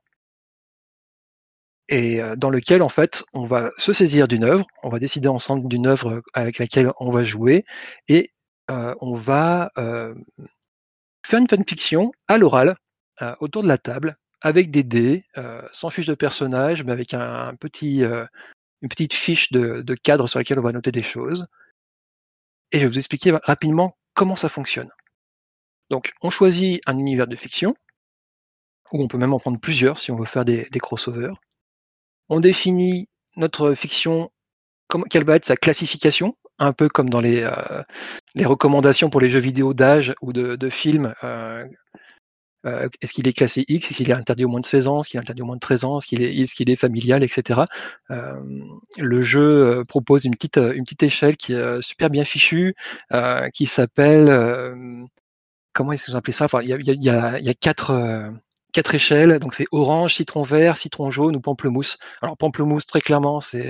et dans lequel en fait on va se saisir d'une œuvre, on va décider ensemble d'une œuvre avec laquelle on va jouer, et on va faire une fanfiction à l'oral autour de la table avec des dés, sans fiche de personnage, mais avec une petite fiche de cadre sur laquelle on va noter des choses. Et je vais vous expliquer rapidement comment ça fonctionne. Donc on choisit un univers de fiction, ou on peut même en prendre plusieurs si on veut faire des crossovers. On définit notre fiction, quelle va être sa classification, un peu comme dans les recommandations pour les jeux vidéo d'âge ou de films. Est-ce qu'il est classé X? Est-ce qu'il est interdit au moins de 16 ans? Est-ce qu'il est interdit au moins de 13 ans? Est-ce qu'il est familial, etc. Le jeu propose une petite échelle qui est super bien fichue, qui s'appelle comment est-ce qu'ils ont appelé ça? Enfin, il y a quatre échelles. Donc c'est orange, citron vert, citron jaune ou pamplemousse. Alors pamplemousse, très clairement, c'est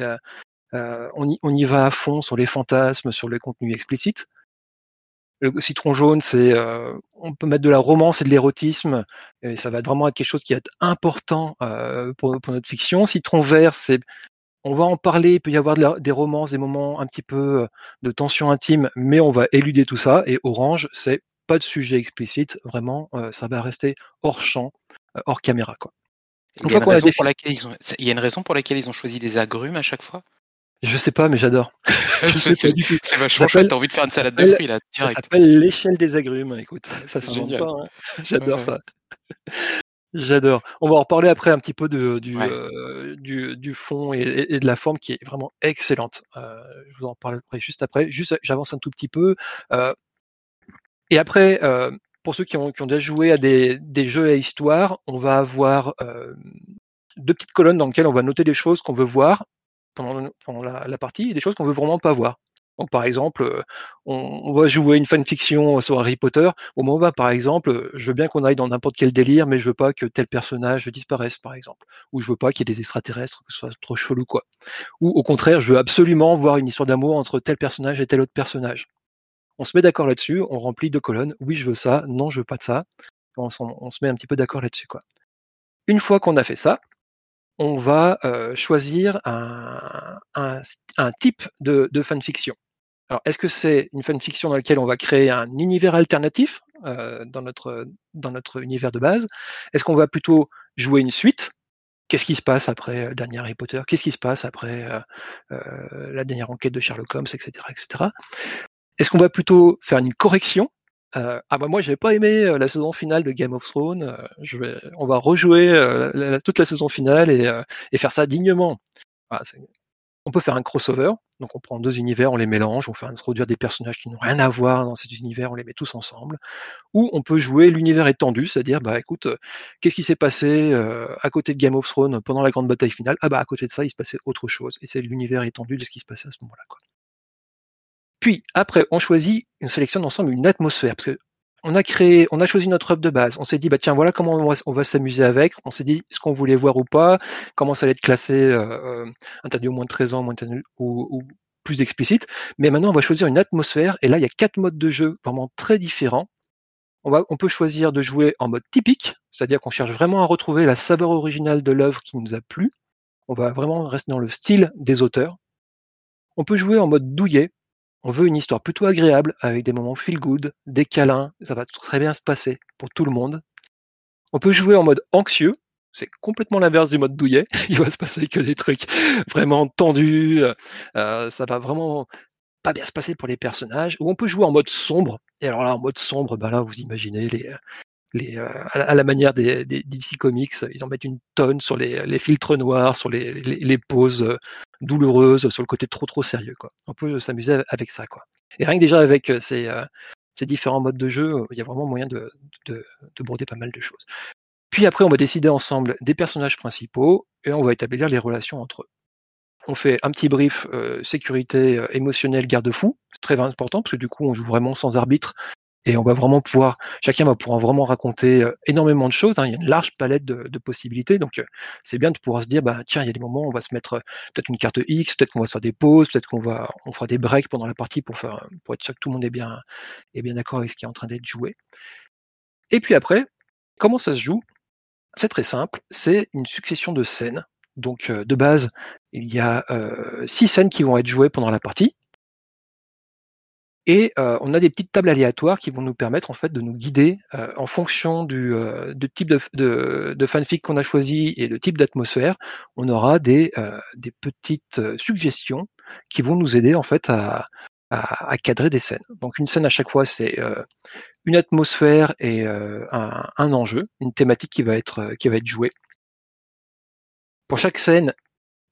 on y va à fond sur les fantasmes, sur le contenu explicite. Le citron jaune, c'est on peut mettre de la romance et de l'érotisme, et ça va vraiment être quelque chose qui va être important pour notre fiction. Citron vert, c'est on va en parler, il peut y avoir des romances, des moments un petit peu de tension intime, mais on va éluder tout ça. Et orange, c'est pas de sujet explicite, vraiment, ça va rester hors champ, hors caméra, quoi. Il y a une raison pour laquelle ils ont choisi des agrumes à chaque fois. Je sais pas, mais j'adore. C'est vachement chouette. T'as envie de faire une salade de fruits là, direct. Ça s'appelle l'échelle des agrumes. Écoute, ça s'invente pas. Hein. J'adore ça. J'adore. On va en reparler après un petit peu du fond et de la forme qui est vraiment excellente. Je vous en parle juste après. Juste, j'avance un tout petit peu. Et après, pour ceux qui ont déjà joué à des jeux à histoire, on va avoir 2 petites colonnes dans lesquelles on va noter des choses qu'on veut voir pendant la partie et des choses qu'on veut vraiment pas voir. Donc par exemple, on va jouer une fanfiction sur Harry Potter. Au moment où, par exemple, je veux bien qu'on aille dans n'importe quel délire, mais je veux pas que tel personnage disparaisse, par exemple. Ou je veux pas qu'il y ait des extraterrestres, que ce soit trop chelou, quoi. Ou au contraire, je veux absolument voir une histoire d'amour entre tel personnage et tel autre personnage. On se met d'accord là-dessus, on remplit 2 colonnes. Oui, je veux ça. Non, je veux pas de ça. On se met un petit peu d'accord là-dessus, quoi. Une fois qu'on a fait ça, on va choisir un type de fanfiction. Alors, est-ce que c'est une fanfiction dans laquelle on va créer un univers alternatif dans notre univers de base? Est-ce qu'on va plutôt jouer une suite? Qu'est-ce qui se passe après le dernier Harry Potter? Qu'est-ce qui se passe après la dernière enquête de Sherlock Holmes, etc., etc. Est-ce qu'on va plutôt faire une correction? Moi j'ai pas aimé la saison finale de Game of Thrones. On va rejouer toute la saison finale et faire ça dignement. Voilà, on peut faire un crossover, donc on prend 2 univers, on les mélange, on fait introduire des personnages qui n'ont rien à voir dans cet univers, on les met tous ensemble. Ou on peut jouer l'univers étendu, c'est-à-dire, écoute, qu'est-ce qui s'est passé à côté de Game of Thrones pendant la grande bataille finale? À côté de ça, il se passait autre chose, et c'est l'univers étendu de ce qui se passait à ce moment-là, quoi. Puis après, on choisit, on sélectionne ensemble une atmosphère, parce que on a choisi notre œuvre de base. On s'est dit, tiens, voilà comment on va s'amuser avec. On s'est dit ce qu'on voulait voir ou pas, comment ça allait être classé, interdit au moins de 13 ans, ou plus explicite. Mais maintenant, on va choisir une atmosphère. Et là, il y a 4 modes de jeu vraiment très différents. On peut choisir de jouer en mode typique, c'est-à-dire qu'on cherche vraiment à retrouver la saveur originale de l'œuvre qui nous a plu. On va vraiment rester dans le style des auteurs. On peut jouer en mode douillet. On veut une histoire plutôt agréable, avec des moments feel good, des câlins, ça va très bien se passer pour tout le monde. On peut jouer en mode anxieux, c'est complètement l'inverse du mode douillet, il va se passer que des trucs vraiment tendus, ça va vraiment pas bien se passer pour les personnages. Ou on peut jouer en mode sombre, et alors là, en mode sombre, là, vous imaginez à la manière des DC Comics, ils en mettent une tonne sur les filtres noirs, sur les poses douloureuses, sur le côté trop sérieux, quoi. On peut s'amuser avec ça, quoi. Et rien que déjà avec ces différents modes de jeu, il y a vraiment moyen de broder pas mal de choses. Puis après, on va décider ensemble des personnages principaux et on va établir les relations entre eux. On fait un petit brief sécurité émotionnelle garde-fou, c'est très important parce que du coup on joue vraiment sans arbitre. Et on va vraiment chacun va pouvoir vraiment raconter énormément de choses. Hein. Il y a une large palette de possibilités. Donc, c'est bien de pouvoir se dire, tiens, il y a des moments où on va se mettre peut-être une carte X, peut-être qu'on va se faire des pauses, peut-être on fera des breaks pendant la partie pour être sûr que tout le monde est bien d'accord avec ce qui est en train d'être joué. Et puis après, comment ça se joue? C'est très simple. C'est une succession de scènes. Donc, de base, il y a 6 scènes qui vont être jouées pendant la partie. Et on a des petites tables aléatoires qui vont nous permettre en fait de nous guider en fonction du type de fanfic qu'on a choisi et le type d'atmosphère. On aura des petites suggestions qui vont nous aider en fait à cadrer des scènes. Donc une scène à chaque fois, c'est une atmosphère et un enjeu, une thématique qui va être jouée. Pour chaque scène,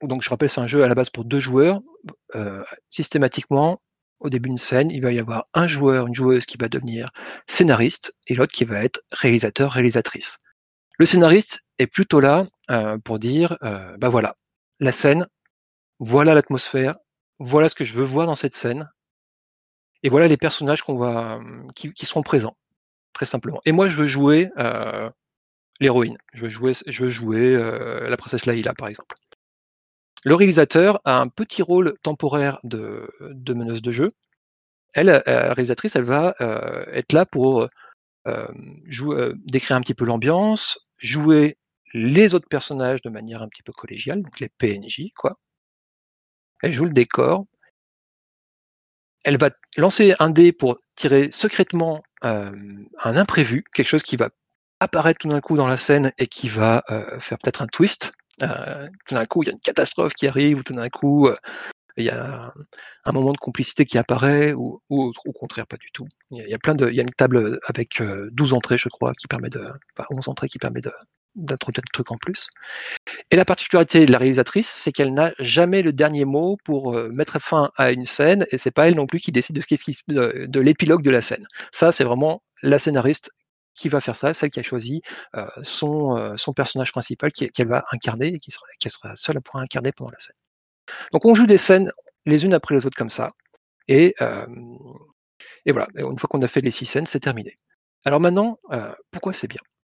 Donc je rappelle, c'est un jeu à la base pour 2 joueurs. Systématiquement, au début d'une scène, il va y avoir un joueur, une joueuse qui va devenir scénariste et l'autre qui va être réalisateur, réalisatrice. Le scénariste est plutôt là pour dire, bah voilà, la scène, voilà l'atmosphère, voilà ce que je veux voir dans cette scène, et voilà les personnages qui seront présents, très simplement. Et moi, je veux jouer l'héroïne. Je veux jouer la princesse Laïla, par exemple. Le réalisateur a un petit rôle temporaire de meneuse de jeu. Elle, la réalisatrice, elle va être là pour décrire un petit peu l'ambiance, jouer les autres personnages de manière un petit peu collégiale, donc les PNJ, quoi. Elle joue le décor. Elle va lancer un dé pour tirer secrètement un imprévu, quelque chose qui va apparaître tout d'un coup dans la scène et qui va faire peut-être un twist. Tout d'un coup, il y a une catastrophe qui arrive, ou tout d'un coup, il y a un moment de complicité qui apparaît, ou au contraire, pas du tout. Il y a une table avec 12 entrées, je crois, 11 entrées qui permet d'introduire des trucs en plus. Et la particularité de la réalisatrice, c'est qu'elle n'a jamais le dernier mot pour mettre fin à une scène, et c'est pas elle non plus qui décide de l'épilogue de la scène. Ça, c'est vraiment la scénariste qui va faire ça, celle qui a choisi son personnage principal qu'elle va incarner et qu'elle sera seule à pouvoir incarner pendant la scène. Donc on joue des scènes les unes après les autres comme ça, et voilà. Et une fois qu'on a fait les 6 scènes, c'est terminé. Alors maintenant, pourquoi c'est bien?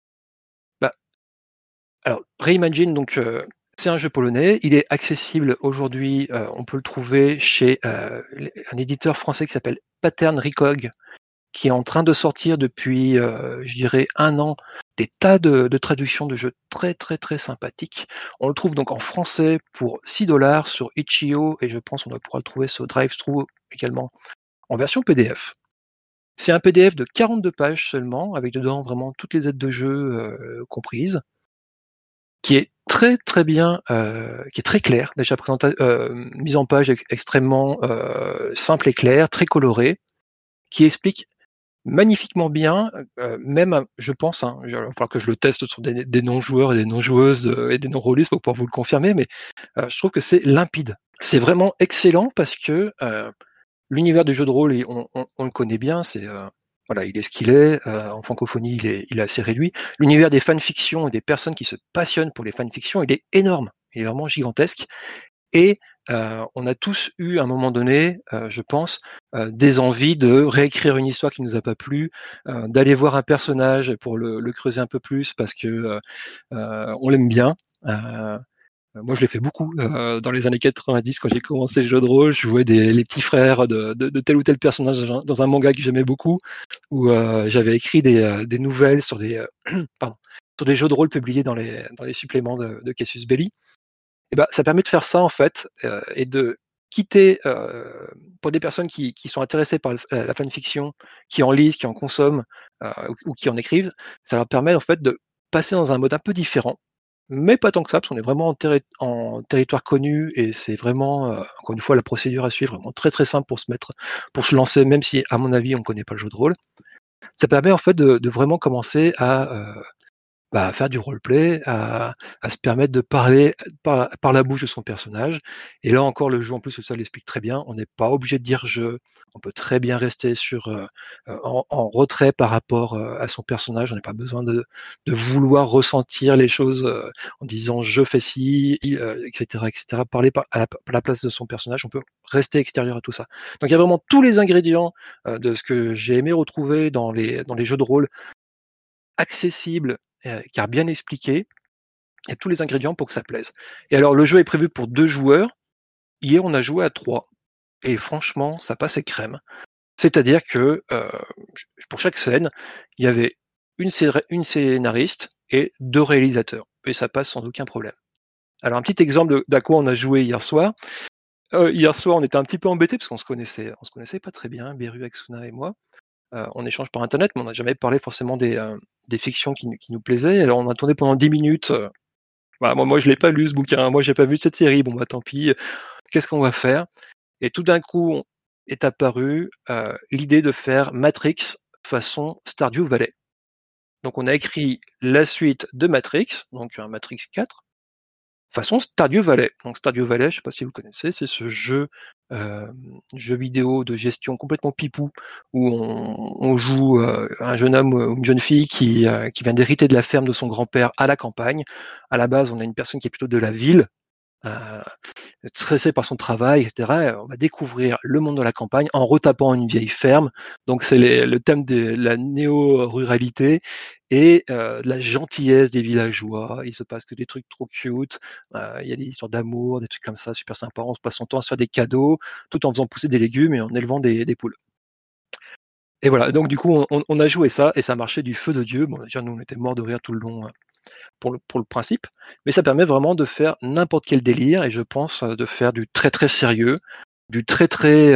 Alors, Reimagine, donc, c'est un jeu polonais. Il est accessible aujourd'hui, on peut le trouver chez un éditeur français qui s'appelle Pattern Recog, qui est en train de sortir depuis, je dirais, 1 an, des tas de traductions de jeux très, très, très sympathiques. On le trouve donc en français pour 6 $ sur itch.io, et je pense qu'on va pouvoir le trouver sur Drive-thru également en version PDF. C'est un PDF de 42 pages seulement, avec dedans vraiment toutes les aides de jeu comprises, qui est très très bien, qui est très clair, déjà mise en page extrêmement simple et claire, très colorée, qui explique magnifiquement bien, même, je pense, hein, il va falloir que je le teste sur des non-joueurs et des non-joueuses et des non-rôlistes pour pouvoir vous le confirmer, mais je trouve que c'est limpide. C'est vraiment excellent parce que l'univers du jeu de rôle, on le connaît bien, voilà, il est ce qu'il est. En francophonie, il est assez réduit. L'univers des fanfictions et des personnes qui se passionnent pour les fanfictions, il est énorme. Il est vraiment gigantesque. Et on a tous eu, à un moment donné, je pense, des envies de réécrire une histoire qui nous a pas plu, d'aller voir un personnage pour le creuser un peu plus parce que on l'aime bien. Moi, je l'ai fait beaucoup dans les années 90 quand j'ai commencé le jeu de rôle. Je jouais les petits frères de tel ou tel personnage dans un manga que j'aimais beaucoup, où j'avais écrit des nouvelles sur sur des jeux de rôle publiés dans les suppléments de Casus Belli. Et ben, ça permet de faire ça en fait, et de quitter, pour des personnes qui sont intéressées par la fanfiction, qui en lisent, qui en consomment, ou qui en écrivent, ça leur permet en fait de passer dans un mode un peu différent, mais pas tant que ça, parce qu'on est vraiment en territoire connu, et c'est vraiment, encore une fois, la procédure à suivre, vraiment très très simple pour se lancer, même si, à mon avis, on ne connaît pas le jeu de rôle. Ça permet en fait de vraiment commencer à faire du roleplay, à se permettre de parler par la bouche de son personnage. Et là encore, le jeu en plus, ça l'explique très bien. On n'est pas obligé de dire je. On peut très bien rester en retrait par rapport à son personnage. On n'a pas besoin de vouloir ressentir les choses en disant je fais ci, etc., etc. Parler à la place de son personnage. On peut rester extérieur à tout ça. Donc il y a vraiment tous les ingrédients de ce que j'ai aimé retrouver dans les jeux de rôle, accessibles, car bien expliqué. Il y a tous les ingrédients pour que ça plaise. Et alors, le jeu est prévu pour 2 joueurs. Hier, on a joué à 3. Et franchement, ça passait crème. C'est-à-dire que pour chaque scène, il y avait une scénariste et 2 réalisateurs. Et ça passe sans aucun problème. Alors, un petit exemple d'à quoi on a joué hier soir. Hier soir, on était un petit peu embêtés parce qu'on se connaissait pas très bien, Beru, Axuna et moi. On échange par internet, mais on n'a jamais parlé forcément des fictions qui nous plaisaient. Alors on a tourné pendant 10 minutes. Moi je l'ai pas lu ce bouquin, moi j'ai pas vu cette série. Bon bah tant pis. Qu'est-ce qu'on va faire? Et tout d'un coup est apparue l'idée de faire Matrix façon Stardew Valley. Donc on a écrit la suite de Matrix, donc un Matrix 4, façon Stardew Valley. Donc Stardew Valley, je sais pas si vous connaissez, c'est ce jeu vidéo de gestion complètement pipou où on joue un jeune homme ou une jeune fille qui vient d'hériter de la ferme de son grand-père à la campagne. À la base, on a une personne qui est plutôt de la ville, stressé par son travail, etc. On va découvrir le monde de la campagne en retapant une vieille ferme. Donc c'est le thème de la néo-ruralité et de la gentillesse des villageois. Il se passe que des trucs trop cute. Il y a des histoires d'amour, des trucs comme ça, super sympa. On se passe son temps à se faire des cadeaux, tout en faisant pousser des légumes et en élevant des poules. Et voilà, donc du coup, on a joué ça et ça marchait du feu de Dieu. Bon, déjà, nous, on était morts de rire tout le long pour le principe, mais ça permet vraiment de faire n'importe quel délire et je pense de faire du très très sérieux, du très très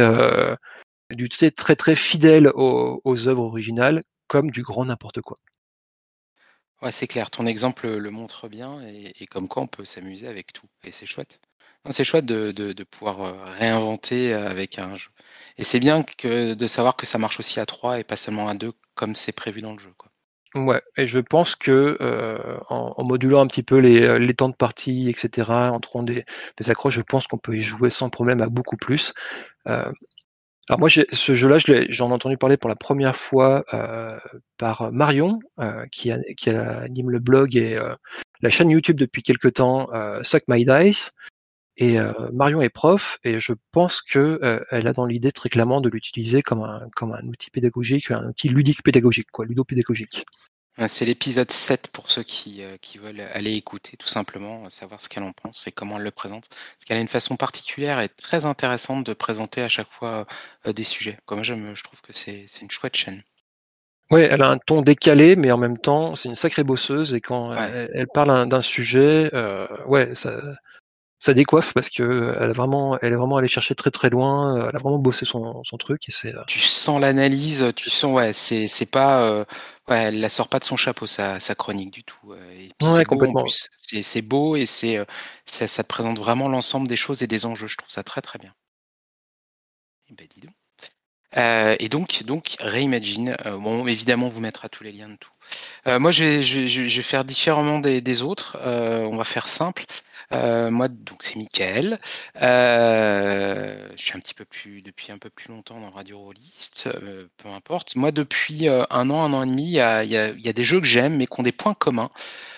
fidèle aux œuvres originales, comme du grand n'importe quoi. Ouais, c'est clair, ton exemple le montre bien et comme quoi on peut s'amuser avec tout et c'est chouette. Non, c'est chouette de pouvoir réinventer avec un jeu. Et c'est bien de savoir que ça marche aussi à 3 et pas seulement à 2 comme c'est prévu dans le jeu, quoi. Ouais, et je pense que en modulant un petit peu les temps de partie, etc., en trouvant des accroches, je pense qu'on peut y jouer sans problème à beaucoup plus. Alors moi, ce jeu-là, j'en ai entendu parler pour la première fois par Marion, qui anime le blog et la chaîne YouTube depuis quelque temps, Suck My Dice. Et Marion est prof, et je pense que elle a dans l'idée très clairement de l'utiliser comme un outil pédagogique, un outil ludique pédagogique, quoi, ludopédagogique. C'est l'épisode 7 pour ceux qui veulent aller écouter, tout simplement, savoir ce qu'elle en pense et comment elle le présente. Parce qu'elle a une façon particulière et très intéressante de présenter à chaque fois des sujets. Comme moi, je trouve que c'est une chouette chaîne. Ouais, elle a un ton décalé, mais en même temps, c'est une sacrée bosseuse, et quand Ouais. elle parle d'un sujet, ouais, ça décoiffe parce que elle est vraiment allée chercher très très loin, elle a vraiment bossé son truc, et c'est Tu sens l'analyse, tu sens, ouais, c'est pas, ouais, elle la sort pas de son chapeau, sa chronique du tout. Et puis c'est ouais, beau en complètement. plus. C'est beau et ça te présente vraiment l'ensemble des choses et des enjeux. Je trouve ça très très bien. Eh ben, dis donc. Et donc Reimagine, bon, évidemment, on vous mettra tous les liens de tout. Moi, je vais faire différemment des autres. On va faire simple. Moi, donc c'est Mickaël. Je suis depuis un peu plus longtemps dans Radio Rollist, peu importe. Moi, depuis un an et demi, il y a des jeux que j'aime, mais qui ont des points communs.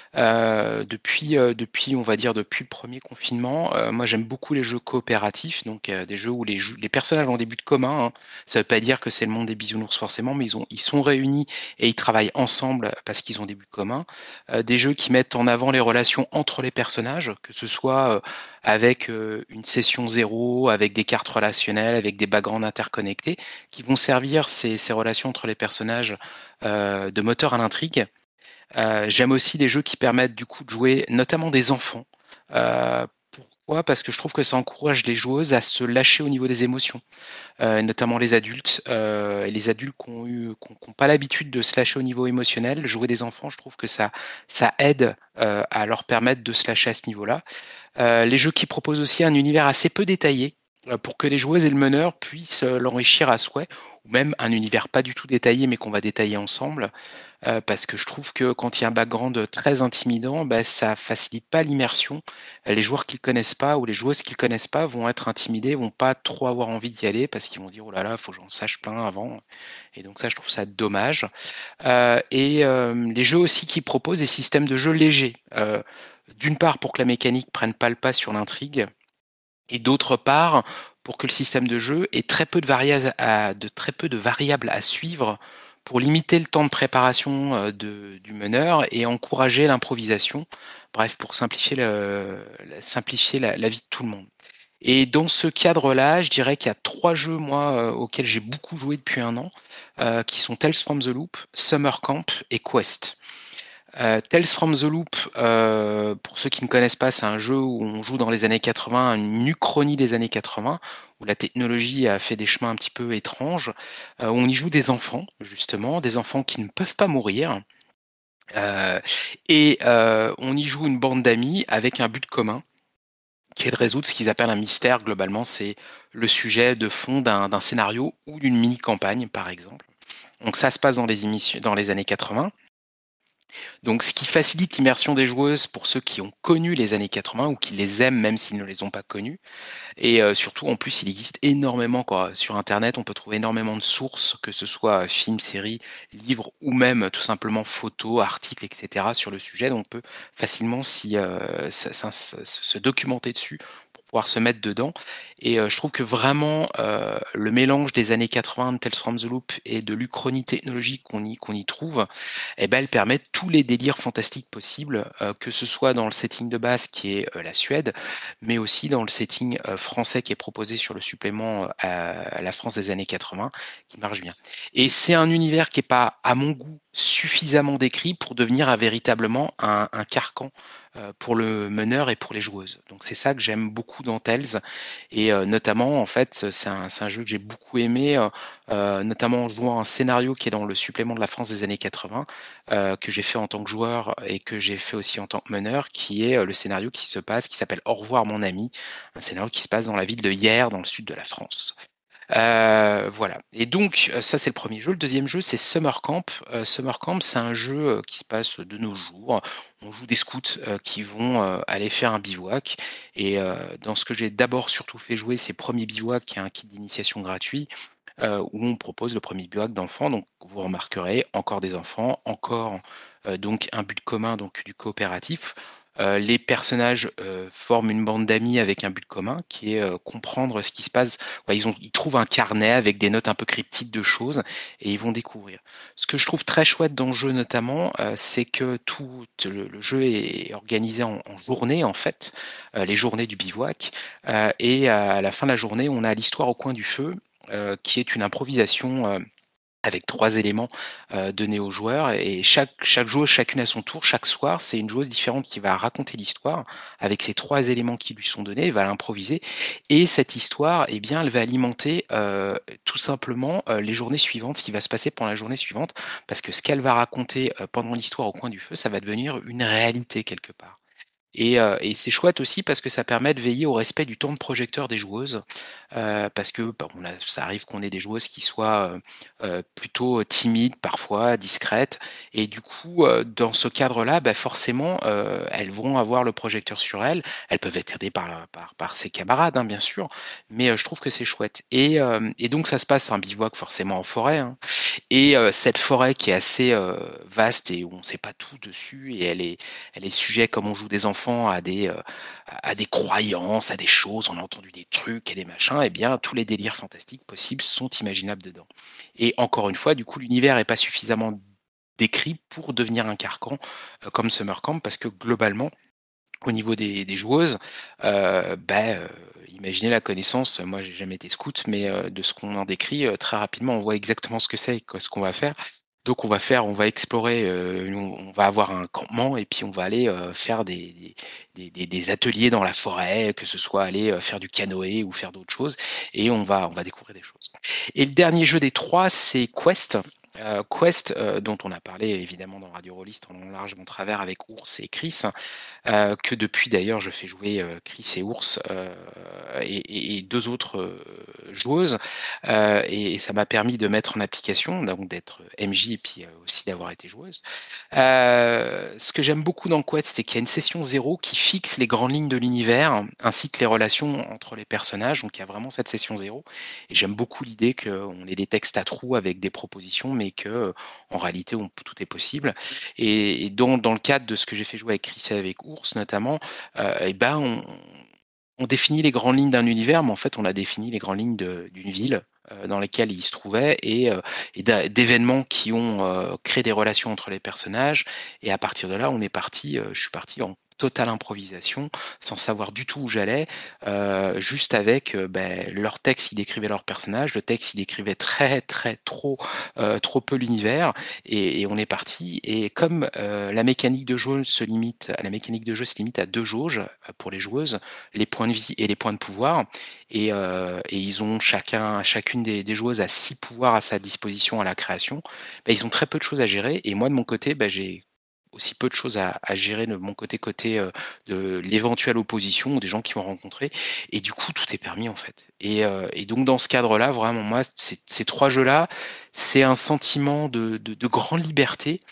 Depuis, on va dire, depuis le premier confinement, moi j'aime beaucoup les jeux coopératifs, donc des jeux où les personnages ont des buts communs, hein. Ça veut pas dire que c'est le monde des bisounours forcément, mais ils sont réunis et ils travaillent ensemble parce qu'ils ont des buts communs. Des jeux qui mettent en avant les relations entre les personnages, que ce soit avec une session zéro, avec des cartes relationnelles, avec des backgrounds interconnectés, qui vont servir ces relations entre les personnages de moteur à l'intrigue. J'aime aussi des jeux qui permettent du coup de jouer notamment des enfants. Pourquoi? Parce que je trouve que ça encourage les joueuses à se lâcher au niveau des émotions, notamment les adultes. Et les adultes qui n'ont pas l'habitude de se lâcher au niveau émotionnel, jouer des enfants, je trouve que ça aide à leur permettre de se lâcher à ce niveau-là. Les jeux qui proposent aussi un univers assez peu détaillé, pour que les joueuses et le meneur puissent l'enrichir à souhait, ou même un univers pas du tout détaillé mais qu'on va détailler ensemble. Parce que je trouve que quand il y a un background très intimidant, bah, ça facilite pas l'immersion. Les joueurs qui le connaissent pas ou les joueuses qui le connaissent pas vont être intimidés, vont pas trop avoir envie d'y aller parce qu'ils vont dire oh là là, faut que j'en sache plein avant. Et donc ça, je trouve ça dommage. Les jeux aussi qui proposent des systèmes de jeu légers. D'une part pour que la mécanique prenne pas le pas sur l'intrigue, et d'autre part pour que le système de jeu ait très peu de variables à suivre pour limiter le temps de préparation du meneur et encourager l'improvisation, bref, pour simplifier la vie de tout le monde. Et dans ce cadre-là, je dirais qu'il y a 3 jeux, moi, auxquels j'ai beaucoup joué depuis un an, qui sont Tales from the Loop, Summer Camp et Quest. Tales from the Loop, pour ceux qui ne connaissent pas, c'est un jeu où on joue dans les années 80, une uchronie des années 80, où la technologie a fait des chemins un petit peu étranges, où on y joue des enfants, justement, des enfants qui ne peuvent pas mourir. On y joue une bande d'amis avec un but commun, qui est de résoudre ce qu'ils appellent un mystère. Globalement, c'est le sujet de fond d'un scénario ou d'une mini-campagne, par exemple. Donc ça se passe dans les années 80. Donc, ce qui facilite l'immersion des joueuses pour ceux qui ont connu les années 80 ou qui les aiment même s'ils ne les ont pas connues. Et surtout, en plus, il existe énormément sur internet, on peut trouver énormément de sources, que ce soit films, séries, livres ou même tout simplement photos, articles, et cetera sur le sujet. Donc on peut facilement se documenter dessus pour pouvoir se mettre dedans. Et je trouve que vraiment le mélange des années 80 de Tales from the Loop et de l'Uchronie technologique qu'on y trouve, elle permet tous les délires fantastiques possibles, que ce soit dans le setting de base qui est la Suède, mais aussi dans le setting français qui est proposé sur le supplément à la France des années 80, qui marche bien. Et c'est un univers qui n'est pas, à mon goût, suffisamment décrit pour devenir véritablement un carcan pour le meneur et pour les joueuses. Donc c'est ça que j'aime beaucoup dans Tales, et notamment, en fait, c'est un jeu que j'ai beaucoup aimé, notamment en jouant un scénario qui est dans le supplément de la France des années 80, que j'ai fait en tant que joueur et que j'ai fait aussi en tant que meneur, qui est le scénario qui s'appelle Au revoir mon ami, un scénario qui se passe dans la ville de Hyères, dans le sud de la France. Voilà. Et donc, ça, c'est le premier jeu. Le deuxième jeu, c'est Summer Camp. Summer Camp, c'est un jeu qui se passe de nos jours. On joue des scouts qui vont aller faire un bivouac. Et dans ce que j'ai d'abord surtout fait jouer, c'est Premier Bivouac, qui est un kit d'initiation gratuit, où on propose le premier bivouac d'enfants. Donc, vous remarquerez, encore des enfants, encore donc un but commun, donc du coopératif. Les personnages forment une bande d'amis avec un but commun qui est comprendre ce qui se passe. Ouais, ils trouvent un carnet avec des notes un peu cryptiques de choses et ils vont découvrir. Ce que je trouve très chouette dans le jeu notamment, c'est que tout le jeu est organisé en journée en fait, les journées du bivouac, et à la fin de la journée, on a l'histoire au coin du feu, qui est une improvisation avec 3 éléments donnés aux joueurs, et chaque joueuse, chacune à son tour, chaque soir, c'est une joueuse différente qui va raconter l'histoire avec ces 3 éléments qui lui sont donnés, elle va l'improviser, et cette histoire, eh bien, elle va alimenter tout simplement les journées suivantes, ce qui va se passer pendant la journée suivante, parce que ce qu'elle va raconter pendant l'histoire au coin du feu, ça va devenir une réalité quelque part. Et c'est chouette aussi parce que ça permet de veiller au respect du temps de projecteur des joueuses, parce que ça arrive qu'on ait des joueuses qui soient plutôt timides parfois, discrètes, et du coup, dans ce cadre-là, forcément, elles vont avoir le projecteur sur elles. Elles peuvent être aidées par ses camarades, hein, bien sûr, mais je trouve que c'est chouette. Et donc ça se passe un bivouac forcément en forêt, hein, et cette forêt qui est assez vaste et où on ne sait pas tout dessus, et elle est sujet, comme on joue des enfants, à des croyances, à des choses, on a entendu des trucs et des machins, et bien tous les délires fantastiques possibles sont imaginables dedans. Et encore une fois, du coup, l'univers n'est pas suffisamment décrit pour devenir un carcan comme Summer Camp, parce que globalement, au niveau des joueuses, imaginez la connaissance, moi j'ai jamais été scout, mais de ce qu'on en décrit, très rapidement on voit exactement ce que c'est et ce qu'on va faire. Donc on va explorer, on va avoir un campement et puis on va aller faire des ateliers dans la forêt, que ce soit aller faire du canoë ou faire d'autres choses, et on va découvrir des choses. Et le dernier jeu des 3, c'est Quest. Quest, dont on a parlé évidemment dans Radio Rollist en long, large et en travers avec Ours et Chris, que depuis d'ailleurs je fais jouer Chris et Ours, et 2 autres joueuses, et ça m'a permis de mettre en application, donc d'être MJ et puis aussi d'avoir été joueuse. Ce que j'aime beaucoup dans Quest, c'est qu'il y a une session 0 qui fixe les grandes lignes de l'univers ainsi que les relations entre les personnages, donc il y a vraiment cette session 0, et j'aime beaucoup l'idée qu'on ait des textes à trous avec des propositions, mais que en réalité tout est possible. Et dans le cadre de ce que j'ai fait jouer avec Chris et avec Ours notamment, on définit les grandes lignes d'un univers, mais en fait on a défini les grandes lignes d'une ville dans laquelle il se trouvait, et d'événements qui ont créé des relations entre les personnages. Et à partir de là, je suis parti en totale improvisation, sans savoir du tout où j'allais, juste avec leur texte qui décrivait leur personnage, le texte qui décrivait trop peu l'univers, et on est parti. Et comme la mécanique de jeu se limite à 2 jauges pour les joueuses, les points de vie et les points de pouvoir, et ils ont chacune des joueuses a 6 pouvoirs à sa disposition à la création, ils ont très peu de choses à gérer, et moi de mon côté, j'ai aussi peu de choses à gérer de mon côté de l'éventuelle opposition ou des gens qui vont rencontrer, et du coup tout est permis en fait. Et donc dans ce cadre-là, vraiment moi, ces 3 jeux-là, c'est un sentiment de grande liberté,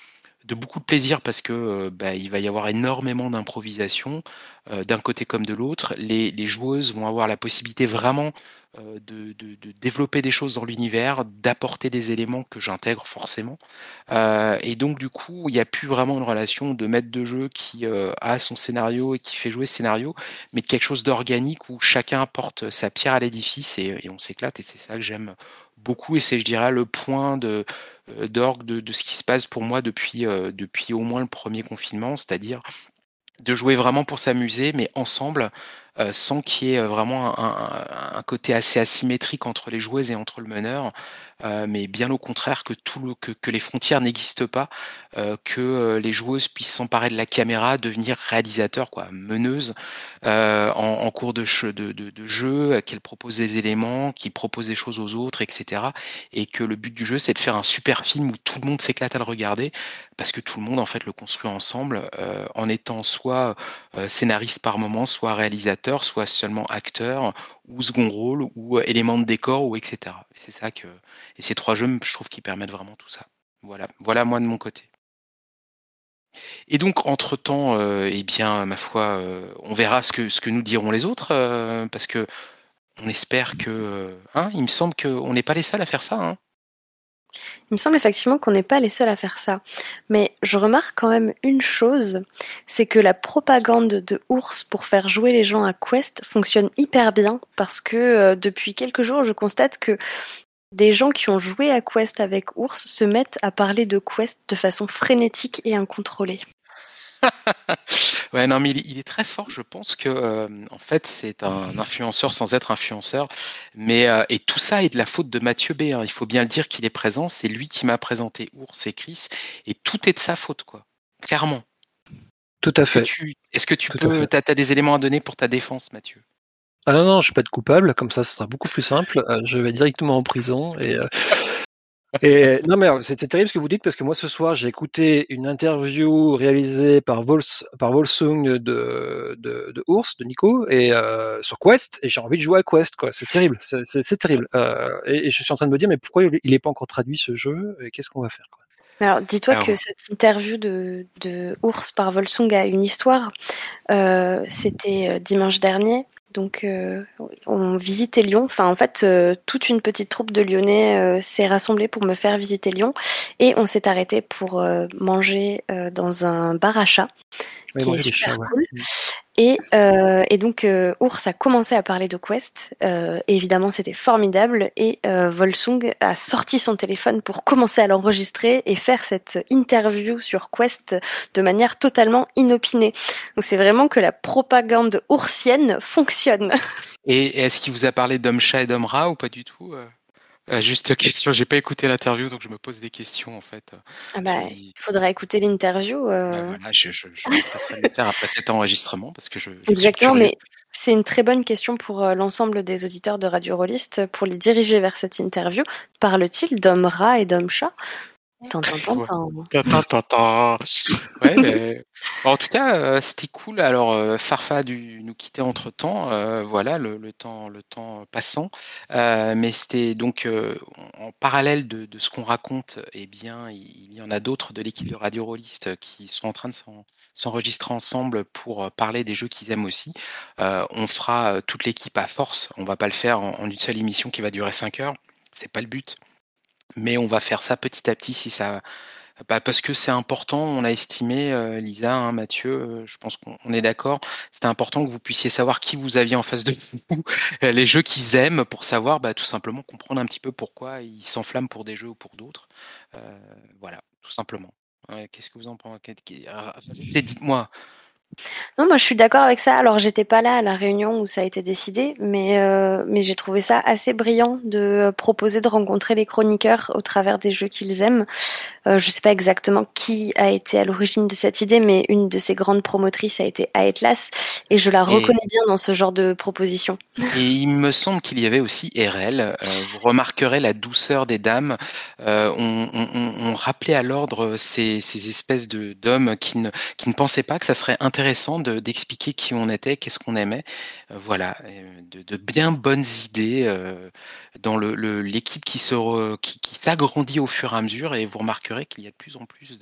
beaucoup de plaisir parce que il va y avoir énormément d'improvisation d'un côté comme de l'autre. Les joueuses vont avoir la possibilité vraiment de développer des choses dans l'univers, d'apporter des éléments que j'intègre forcément. Et donc du coup, il n'y a plus vraiment une relation de maître de jeu qui a son scénario et qui fait jouer ce scénario, mais de quelque chose d'organique où chacun apporte sa pierre à l'édifice et on s'éclate. Et c'est ça que j'aime beaucoup. Et c'est, je dirais, le point d'orgue de ce qui se passe pour moi depuis au moins le premier confinement, c'est-à-dire de jouer vraiment pour s'amuser, mais ensemble, sans qu'il y ait vraiment un côté assez asymétrique entre les joueuses et entre le meneur, mais bien au contraire que les frontières n'existent pas, que les joueuses puissent s'emparer de la caméra, devenir réalisateurs, quoi, meneuses en cours de jeu, qu'elles proposent des éléments, qu'ils proposent des choses aux autres, etc. Et que le but du jeu, c'est de faire un super film où tout le monde s'éclate à le regarder, parce que tout le monde en fait le construit ensemble, en étant soit scénariste par moment, soit réalisateur, soit seulement acteur ou second rôle ou élément de décor ou etc. C'est ça que et ces 3 jeux, je trouve qu'ils permettent vraiment tout ça. Voilà moi de mon côté. Et donc entre-temps, eh bien ma foi, on verra ce que nous diront les autres, parce que on espère que, il me semble qu'on n'est pas les seuls à faire ça, hein? Il me semble effectivement qu'on n'est pas les seuls à faire ça. Mais je remarque quand même une chose, c'est que la propagande de Ours pour faire jouer les gens à Quest fonctionne hyper bien parce que depuis quelques jours, je constate que des gens qui ont joué à Quest avec Ours se mettent à parler de Quest de façon frénétique et incontrôlée. Ouais, non, mais il est très fort. Je pense que, en fait, c'est un influenceur sans être influenceur. Mais et tout ça est de la faute de Mathieu B, hein. Il faut bien le dire qu'il est présent. C'est lui qui m'a présenté Ours et Chris, et tout est de sa faute, quoi. Clairement. Tout à fait. Est-ce que tu peux, t'as des éléments à donner pour ta défense, Mathieu? Ah non, je peux être coupable. Comme ça, ce sera beaucoup plus simple. Je vais directement en prison et non, mais c'est terrible ce que vous dites parce que moi ce soir j'ai écouté une interview réalisée par Volsung de Ours, de Nico, et sur Quest, et j'ai envie de jouer à Quest, quoi. C'est terrible, c'est terrible. Et je suis en train de me dire mais pourquoi il est pas encore traduit ce jeu et qu'est-ce qu'on va faire, quoi. Alors dis-toi que cette interview de Ours par Volsung a une histoire. C'était dimanche dernier. Donc on visitait Lyon. Enfin en fait toute une petite troupe de Lyonnais s'est rassemblée pour me faire visiter Lyon et on s'est arrêté pour manger dans un bar à chat qui est super cool. Et donc Ours a commencé à parler de Quest. Et évidemment c'était formidable et Volsung a sorti son téléphone pour commencer à l'enregistrer et faire cette interview sur Quest de manière totalement inopinée. Donc c'est vraiment que la propagande oursienne fonctionne. Et est-ce qu'il vous a parlé d'homme chat et d'homme rat ou pas du tout? Juste question, j'ai pas écouté l'interview, donc je me pose des questions en fait. Il faudra écouter l'interview. Voilà, je m'empresserai de le faire après cet enregistrement parce que je Exactement, mais c'est une très bonne question pour l'ensemble des auditeurs de Radio Rollist pour les diriger vers cette interview. Parle-t-il d'homme rat et d'homme chat? Ouais, mais en tout cas, c'était cool. Alors, Farfa a dû nous quitter entre-temps, voilà, le temps passant. Mais c'était donc en parallèle de ce qu'on raconte, eh bien, il y en a d'autres de l'équipe de Radio Rollist qui sont en train de s'enregistrer ensemble pour parler des jeux qu'ils aiment aussi. On fera toute l'équipe à force. On va pas le faire en une seule émission qui va durer 5 heures. C'est pas le but. Mais on va faire ça petit à petit si ça, parce que c'est important, on a estimé, Lisa, hein, Mathieu, je pense qu'on est d'accord. C'était important que vous puissiez savoir qui vous aviez en face de vous, les jeux qu'ils aiment, pour savoir, tout simplement comprendre un petit peu pourquoi ils s'enflamment pour des jeux ou pour d'autres. Voilà, tout simplement. Qu'est-ce que vous en pensez? Dites-moi. Non, moi je suis d'accord avec ça. Alors j'étais pas là à la réunion où ça a été décidé, mais j'ai trouvé ça assez brillant de proposer de rencontrer les chroniqueurs au travers des jeux qu'ils aiment. Je sais pas exactement qui a été à l'origine de cette idée, mais une de ces grandes promotrices a été Aetlas, et je la reconnais bien dans ce genre de proposition. Et il me semble qu'il y avait aussi RL. Vous remarquerez la douceur des dames. On rappelait à l'ordre ces espèces d'hommes qui ne pensaient pas que ça serait intéressant intéressant d'expliquer qui on était, qu'est-ce qu'on aimait. Voilà, de bien bonnes idées dans l'équipe qui s'agrandit au fur et à mesure, et vous remarquerez qu'il y a de plus en plus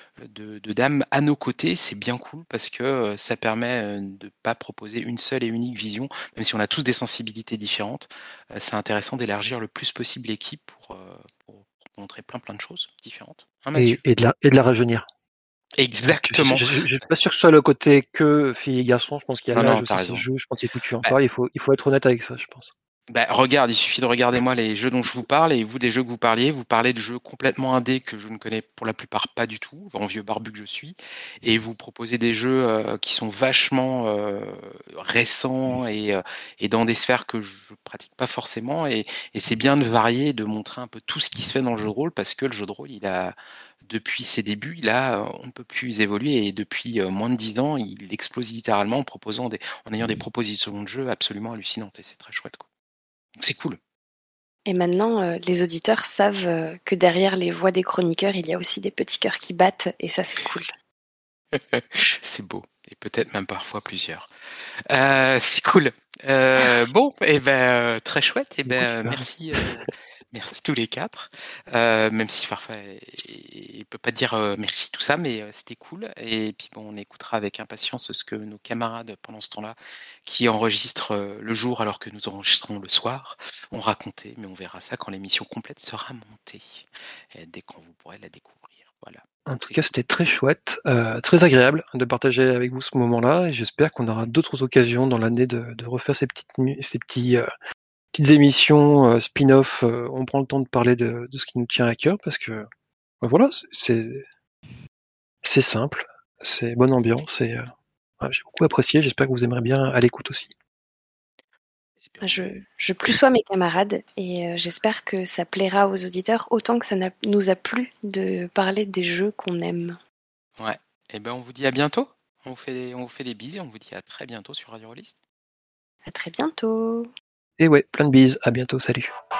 de dames à nos côtés. C'est bien cool parce que ça permet de ne pas proposer une seule et unique vision, même si on a tous des sensibilités différentes. C'est intéressant d'élargir le plus possible l'équipe pour montrer plein de choses différentes. Hein, Mathieu? Et de la rajeunir. Exactement. Je suis pas sûr que ce soit le côté que filles et garçons. Je pense qu'il y a l'âge aussi, t'as ça raison. joue. Je pense qu'il faut que tu en Bah, parles. Il faut être honnête avec ça, je pense. Regarde, il suffit de regarder moi les jeux dont je vous parle, et vous, des jeux que vous parlez de jeux complètement indés que je ne connais pour la plupart pas du tout, en vieux barbu que je suis, et vous proposez des jeux qui sont vachement récents et dans des sphères que je pratique pas forcément, et c'est bien de varier et de montrer un peu tout ce qui se fait dans le jeu de rôle, parce que le jeu de rôle, depuis ses débuts, on ne peut plus évoluer, et depuis moins de 10 ans, il explose littéralement en ayant des propositions de jeux absolument hallucinantes, et c'est très chouette, quoi. Donc c'est cool. Et maintenant, les auditeurs savent que derrière les voix des chroniqueurs, il y a aussi des petits cœurs qui battent, et ça, c'est cool. C'est beau, et peut-être même parfois plusieurs. C'est cool. Bon, très chouette. Merci, merci tous les quatre. Même si parfois il peut pas dire merci tout ça, mais c'était cool. Et puis bon, on écoutera avec impatience ce que nos camarades pendant ce temps-là, qui enregistrent le jour alors que nous enregistrons le soir, ont raconté. Mais on verra ça quand l'émission complète sera montée, et dès qu'on vous pourrez la découvrir. Voilà. En tout cas, c'était très chouette, très agréable de partager avec vous ce moment-là, et j'espère qu'on aura d'autres occasions dans l'année de refaire ces petites émissions spin-off. On prend le temps de parler de ce qui nous tient à cœur, parce que voilà, c'est simple, c'est bonne ambiance, et j'ai beaucoup apprécié. J'espère que vous aimerez bien à l'écoute aussi. Je plus sois mes camarades, et j'espère que ça plaira aux auditeurs autant que ça nous a plu de parler des jeux qu'on aime. Ouais. Et on vous dit à bientôt. On vous fait des bises, et on vous dit à très bientôt sur Radio Rollist. À très bientôt. Et ouais, plein de bises, à bientôt, salut.